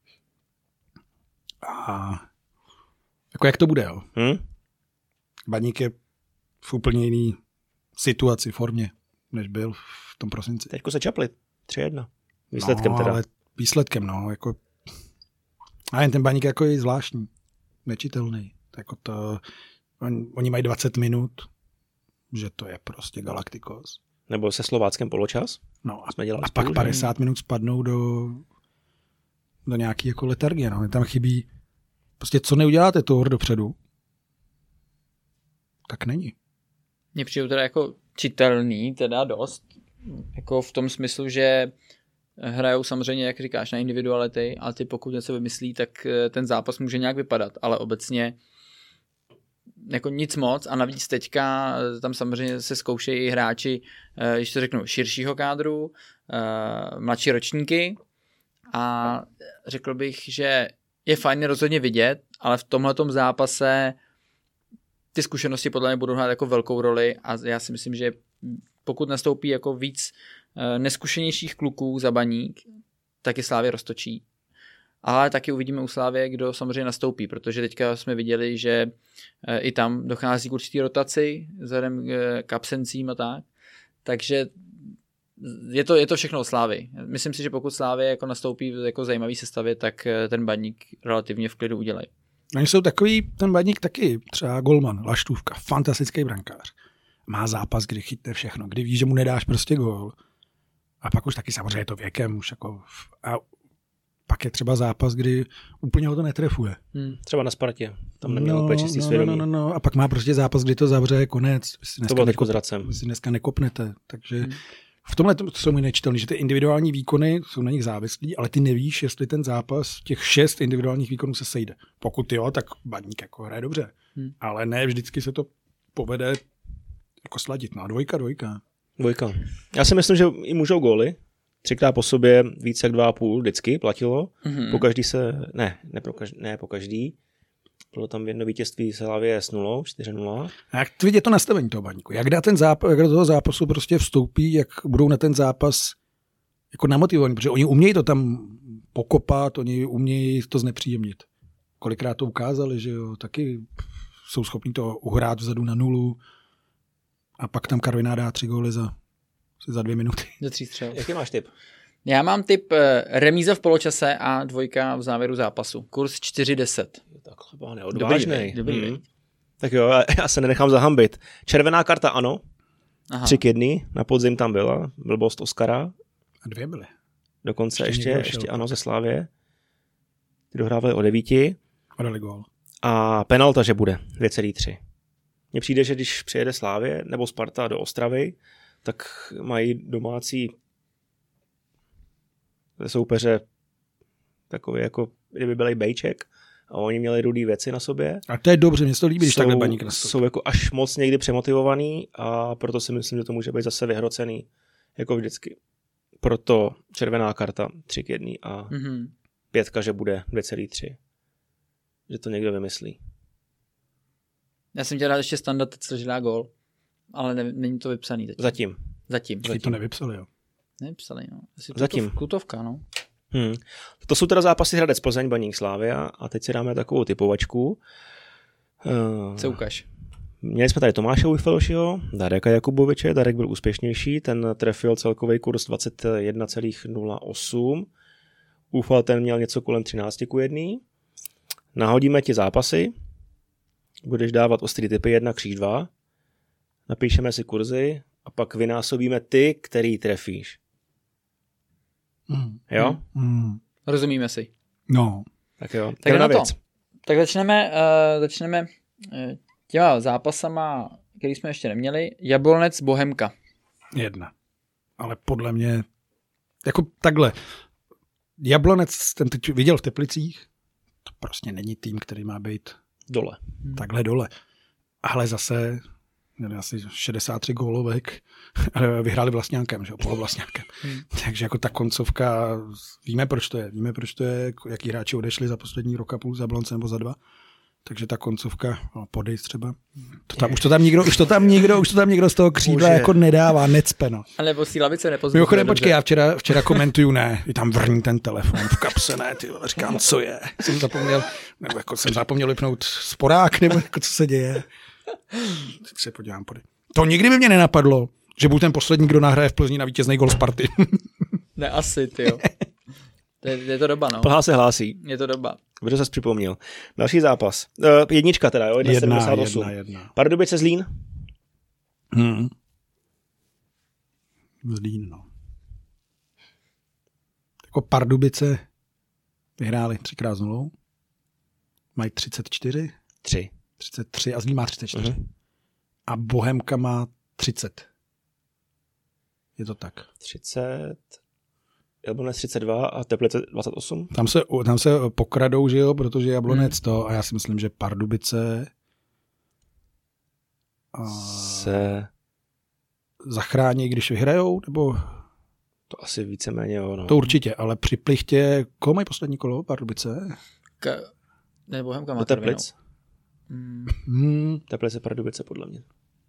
A jako jak to bude, jo? Hm? Baník je v úplně jiný situaci, formě, než byl v tom prosinci. Teďko se čapli. tři jedna. Výsledkem no, teda. Ale výsledkem, no, jako a jen ten Baník jako je zvláštní, nečitelný. Jako to, on, oni mají dvacet minut, že to je prostě Galaktikos. Nebo se slováckém poločas. No a, Jsme dělali a spolu, pak že? padesát minut spadnou do, do nějaký jako letargie. No. Tam chybí, prostě co neuděláte toho dopředu, tak není. Mně přijde teda jako čitelný, teda dost, jako v tom smyslu, že hrajou samozřejmě, jak říkáš, na individuality, ale ty pokud něco vymyslí, tak ten zápas může nějak vypadat, ale obecně jako nic moc a navíc teďka tam samozřejmě se zkoušejí i hráči, když to řeknu, širšího kádru, mladší ročníky a řekl bych, že je fajn rozhodně vidět, ale v tomhletom zápase ty zkušenosti podle mě budou hrát jako velkou roli a já si myslím, že pokud nastoupí jako víc neskušenějších kluků za Baník, tak je Slávě roztočí. Ale taky uvidíme u Slávě, kdo samozřejmě nastoupí, protože teďka jsme viděli, že i tam dochází k určitý rotaci vzhledem k absencím a tak. Takže je to, je to všechno o Slávy. Myslím si, že pokud Slávě jako nastoupí v jako zajímavý sestavě, tak ten Baník relativně v klidu udělají. Oni jsou takový, ten Baník taky, třeba golman, Laštůvka, fantastický brankář. Má zápas, kdy chytne všechno, kdy ví, že mu nedáš prostě gól. A pak už taky samozřejmě je to věkem, už jako a pak je třeba zápas, kdy úplně ho to netrefuje. Hmm. Třeba na Spartě. Tam neměl no, úplně čistý no, svědomí. No, no, no. A pak má prostě zápas, kdy to zavře, konec. To bylo teďko s Hradcem. Vy si dneska nekopnete. Takže hmm. v tomhle to jsou mi nečitelný, že ty individuální výkony jsou na nich závislí, ale ty nevíš, jestli ten zápas těch šest individuálních výkonů se sejde. Pokud jo, tak Baník jako hraje dobře. Hmm. Ale ne vždycky se to povede jako sladit. No a dvojka, dvojka. Dvojka. Já si myslím, že i můžou góly. Třikrát po sobě více jak dva a půl vždycky platilo. Mm-hmm. Po každý se, ne, ne, po každý, ne po každý. Bylo tam jedno vítězství Slávě s nulou, čtyři nula. A jak vidět to nastavení toho Baníku? Jak, dá ten zápas, jak do toho zápasu prostě vstoupí, jak budou na ten zápas jako namotivovaní, protože oni umějí to tam pokopat, oni umějí to znepříjemnit. Kolikrát to ukázali, že jo, taky jsou schopni to uhrát vzadu na nulu a pak tam Karviná dá tři góly za, za dvě minuty. Za tří střel. Jaký máš tip? Já mám tip remíza v poločase a dvojka v závěru zápasu. Kurz čtyři deset. Takhle byla neodvážnej. Dobrý, dobrý. Hmm. Tak jo, já se nenechám zahambit. Červená karta ano, Aha. tři k jedný, na podzim tam byla, blbost Oskara. A dvě byly. Dokonce Ještě ještě, někdo ještě, šel. ano ze Slávě. Ty dohrávali o devíti. A dali gól. A penalta, že bude dvě celá tři. Mně přijde, že když přijede Slávě nebo Sparta do Ostravy, tak mají domácí soupeře takový jako, kdyby byl bejček a oni měli rudý věci na sobě. A to je dobře, mě to líbí, když jsou, takhle Baník nastoupí. Jsou jako až moc někdy přemotivovaný a proto si myslím, že to může být zase vyhrocený, jako vždycky. Proto červená karta tři k jedné a mm-hmm. pětka, že bude dvě celá tři. Že to někdo vymyslí. Já jsem tě rád ještě standard, že dá gól, ale ne, není to vypsaný teď. Zatím. Zatím. Zatím to nevypsali, jo. Nevypsali, no. Asi Zatím. Klutov, klutovka, no. Hmm. To jsou teda zápasy Hradec Plzeň, Baník Slavia a teď si dáme takovou typovačku. Uh, Co ukáž? Měli jsme tady Tomáše Ujfelošiho, Dareka Jakuboviče, Darek byl úspěšnější, ten trefil celkový kurz dvacet jedna celá nula osm. Ufal ten měl něco kolem třináct ku jedné. Nahodíme ti zápasy, budeš dávat ostrý typy jedna kříž dva, napíšeme si kurzy a pak vynásobíme ty, který trefíš. Mm. Jo? Mm. Rozumíme si. No. Tak jo. Tak na to. Věc. Tak začneme, uh, začneme uh, těma zápasama, který jsme ještě neměli. Jablonec Bohemka. Jedna. Ale podle mě, jako takhle, Jablonec, ten teď viděl v Teplicích, to prostě není tým, který má být dole. Takhle dole. Ale zase měli asi šedesát tři gólovek, ale vyhráli vlastňánkem, že jo, polovlastňánkem. Hmm. Takže jako ta koncovka, víme, proč to je. Víme, proč to je, jaký hráči odešli za poslední rok a půl, za Jablonce nebo za dva. Takže ta koncovka, no, Podejs třeba, to tam, už, to tam nikdo, už, to tam nikdo, už to tam nikdo z toho křídla Bože. Jako nedává, necpe, no. Ale po té lavice nepozvukne. Mimochodem, počkej, já včera, včera komentuju, ne, je tam vrní ten telefon v kapse, ne, ty říkám, co je, jsem zapomněl, nebo jako jsem zapomněl vypnout sporák, nebo jako co se děje. Teď se podívám, podej. To nikdy by mě nenapadlo, že budu ten poslední, kdo nahraje v Plzni na vítězný gol Sparty. Ne, asi, tyjo. To je, je to doba, no. Plhá se hlásí. Je to doba. Kdo ses připomněl. Další zápas. Uh, jednička teda, jo, jedna sedmdesát osm. Jedna, jedna. Pardubice Zlín. Hmm. Zlín, no. Jako Pardubice vyhráli třikrát s nulou. Mají třicet čtyři. Tři. třicet tři a Zlín má třicet čtyři. Uh-huh. A Bohemka má třicet. Je to tak. třicet. Jablonec třicet dva a Teplice dvacet osm. Tam se, tam se pokradou, že jo, protože Jablonec hmm. to a já si myslím, že Pardubice a se zachrání, když vyhrajou, nebo to asi víceméně jo, no. To určitě, ale při plichtě, koho mají poslední kolo Pardubice? K... Ne, Bohemka má do Teplic. Hmm. Hmm. Teplice Pardubice podle mě.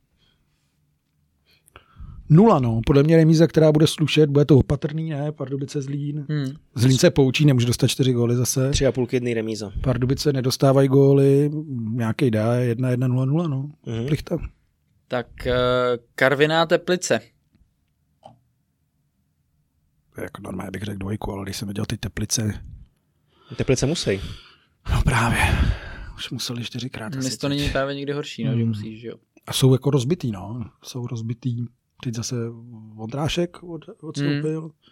Nula, no. Podle mě remíza, která bude slušet, bude to opatrný, ne? Pardubice Zlín. Hmm. Zlín se poučí, nemůže dostat čtyři góly zase. Tři a půl k jedný remíza. Pardubice nedostávají góly, nějaký dá, jedna, jedna, nula, nula, no. Mm-hmm. Plichta. Tak uh, Karviná Teplice. Jako normálně bych řekl dvojku, ale když jsem viděl ty Teplice... Teplice musí. No právě. Už museli čtyřikrát. Mně to není právě nikdy horší, no, hmm. že musíš, jo. A jsou jako rozbitý, no. Jsou rozbitý. Teď zase Vondrášek od, odstoupil. Hmm.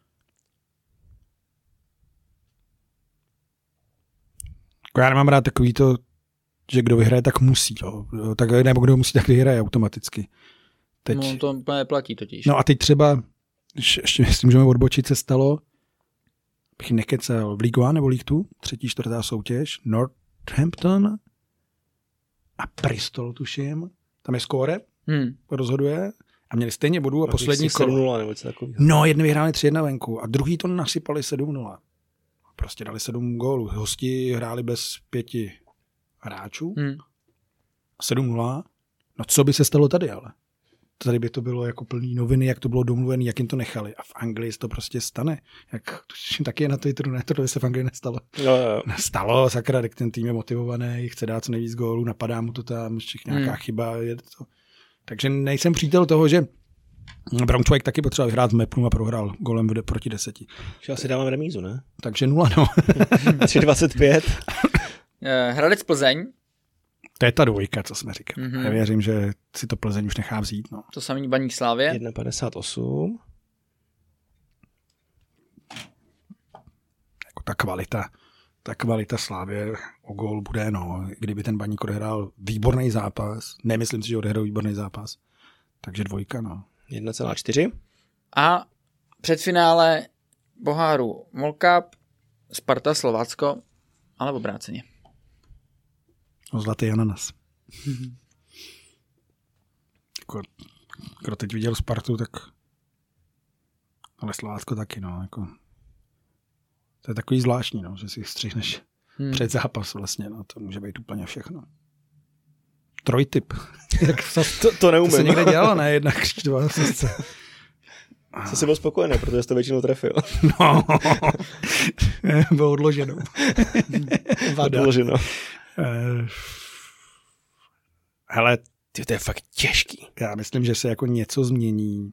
Já nemám rád takový to, že kdo vyhraje, tak musí. Jo. Tak, nebo kdo musí, tak vyhraje automaticky. Teď... No to úplně platí totiž. No a teď třeba, ještě si můžeme odbočit, se stalo, bych nekecel, v League One nebo League Two, třetí, čtvrtá soutěž, Northampton a Bristol, tuším. Tam je skóre, hmm. rozhoduje. A měli stejně bodů a, a poslední kolo. sedm nula nebo něco takového. No, jedni vyhráli tři jedna venku a druhý to nasypali sedm nula. Prostě dali sedm gólů. Hosti hráli bez pěti hráčů. Hmm. sedm nula. No co by se stalo tady, ale? Tady by to bylo jako plný noviny, jak to bylo domluvené, jak jim to nechali. A v Anglii se to prostě stane. Jak tuším, taky je na Twitteru, ne, to se v Anglii nestalo. Jo, jo. Stalo, sakra, tak ten tým je motivovaný, chce dát co nejvíc gólů, napadá mu to tam, ještě nějaká hmm. chyba. Je to... Takže nejsem přítel toho, že Braunschweig taky potřeboval vyhrát z Mepnu a prohrál golem proti deseti. Že asi dávám remízu, ne? Takže nula, no. tři dvacet pět. Hradec Plzeň. To je ta dvojka, co jsme říkali. Mm-hmm. Já věřím, že si to Plzeň už nechá vzít. No. To samý Baník Slavie. jedna padesát osm. Jako ta kvalita, ta kvalita Slavie o gól bude, no. Kdyby ten Baník odehrál výborný zápas, nemyslím si, že odehrál výborný zápas, takže dvojka, no. jedna celá čtyři. A předfinále Boháru Molcup Sparta, Slovácko, ale obráceně. O zlatý ananas. Jako, kdo teď viděl Spartu, tak ale Slovácko taky, no. Jako, to je takový zvláštní, no, že si střihneš hmm. před zápas vlastně, no. To může být úplně všechno. Trojtyp. to, to neumím. To se někde dělalo, ne? Jednak dva sestce. Jsi si byl spokojený, protože jsi to většinou trefil. No. Bylo odloženo. Vada. Odloženo. Uh, hele, ty, to je fakt těžký. Já myslím, že se jako něco změní.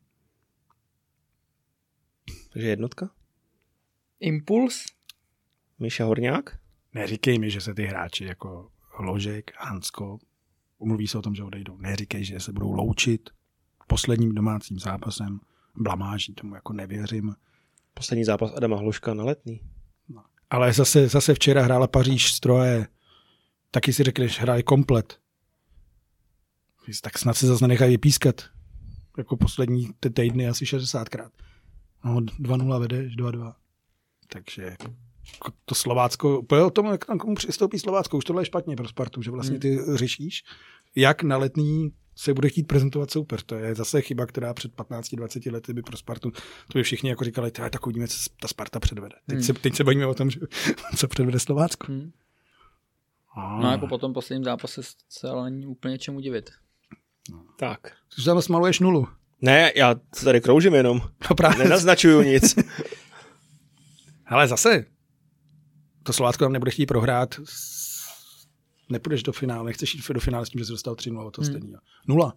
Takže jednotka? Impuls? Míša Horňák? Neříkej mi, že se ty hráči jako Ložek, Hansko umluví se o tom, že odejdou. Neříkej, že se budou loučit posledním domácím zápasem. Blamáží, tomu jako nevěřím. Poslední zápas Adama Hloška na Letný. No. Ale zase, zase včera hrála Paříž Stroje. Taky si řekneš, hráli komplet. Tak snad se zase nenechají vypískat. Jako poslední týdny asi šedesátkrát. No, dva nula vedeš, dva dva. Takže to Slovácko, úplně o tom, jak tam komu přistoupí Slovácko, už tohle je špatně pro Spartu, že vlastně ty řešíš, jak na Letný se bude chtít prezentovat soupeř. To je zase chyba, která před patnácti dvaceti lety by pro Spartu, to by všichni jako říkali, tak uvidíme, co ta Sparta předvede. Teď, hmm. se, teď se bavíme o tom, že, co předvede Slovácko. Hmm. Ah. No jako po tom posledním zápase se ale není úplně čemu divit. No. Tak. Ty tam smaluješ nulu. Ne, já tady kroužím jenom. No právě. Nenaznačuju nic. Ale zase, to Slovácko tam nebude chtít prohrát, nepůjdeš do finále, nechceš jít do finále s tím, že jsi dostal tři nula, to hmm. stejný. Nula.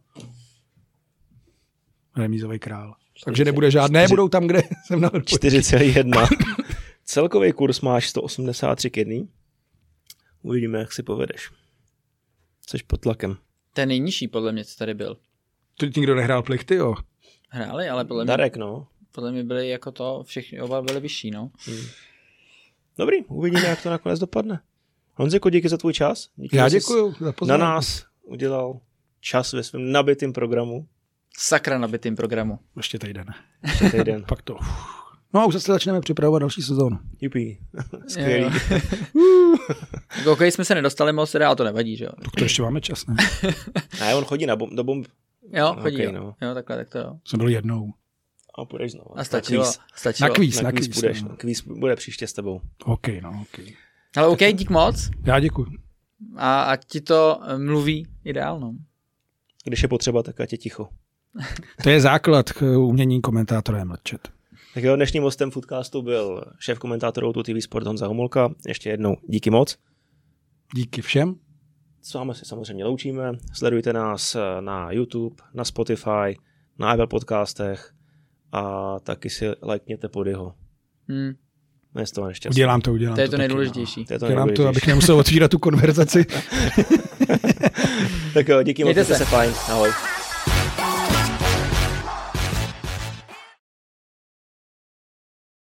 Remízový král. Takže nebude žádné, čtyři, budou tam, kde jsem na čtyři celá jedna. Celkový kurz máš sto osmdesát tři k jedné. Uvidíme, jak si povedeš. Jseš pod tlakem. Ten nejnižší podle mě, co tady byl. Tu nikdo nehrál plichty, jo? Hráli, ale podle mě... Darek, no. Podle mě byli jako to, všichni oba byli vyšší, no. Hmm. Dobrý, uvidíme, jak to nakonec dopadne. Honziko, díky za tvůj čas. Díky, Já děkuju za pozvání. Na nás udělal čas ve svém nabitým programu. Sakra nabitým programu. Ještě týden. Ještě týden. Pak to. No a už zase začneme připravovat další sezónu. Jupí. Skvělý. K hokeji jsme se nedostali moc, ale to nevadí, že jo? To ještě máme čas, ne? Ne, on chodí na bom- do bomb. Jo, chodí, okay, jo. No. Jo, takhle, tak to jo. Jsem byl jednou. A půjdeš znovu. A stačilo. Na kvíz. stačilo. Na kvíz, na na kvíz, kvíz půjdeš. no. Kvíz bude příště s tebou. OK, no, OK. Ale OK, dík moc. Já děkuji. A ať ti to mluví ideálno. Když je potřeba, tak ať je ticho. To je základ k umění komentátora je mlčet. Tak jo, dnešním hostem Footcastu byl šéf komentátorů tu T V Sport Honza Homolka. Ještě jednou díky moc. Díky všem. S vámi se samozřejmě loučíme. Sledujte nás na YouTube, na Spotify, na Apple podcastech a taky si lajkněte Podyho. Hmm. Je to nešťastný. Udělám to, udělám to. Je to, to nejdůležitější. To je to udělám nejdůležitější. to, abych nemusel otvírat tu konverzaci. Tak jo, díky moc, se fajn. Ahoj.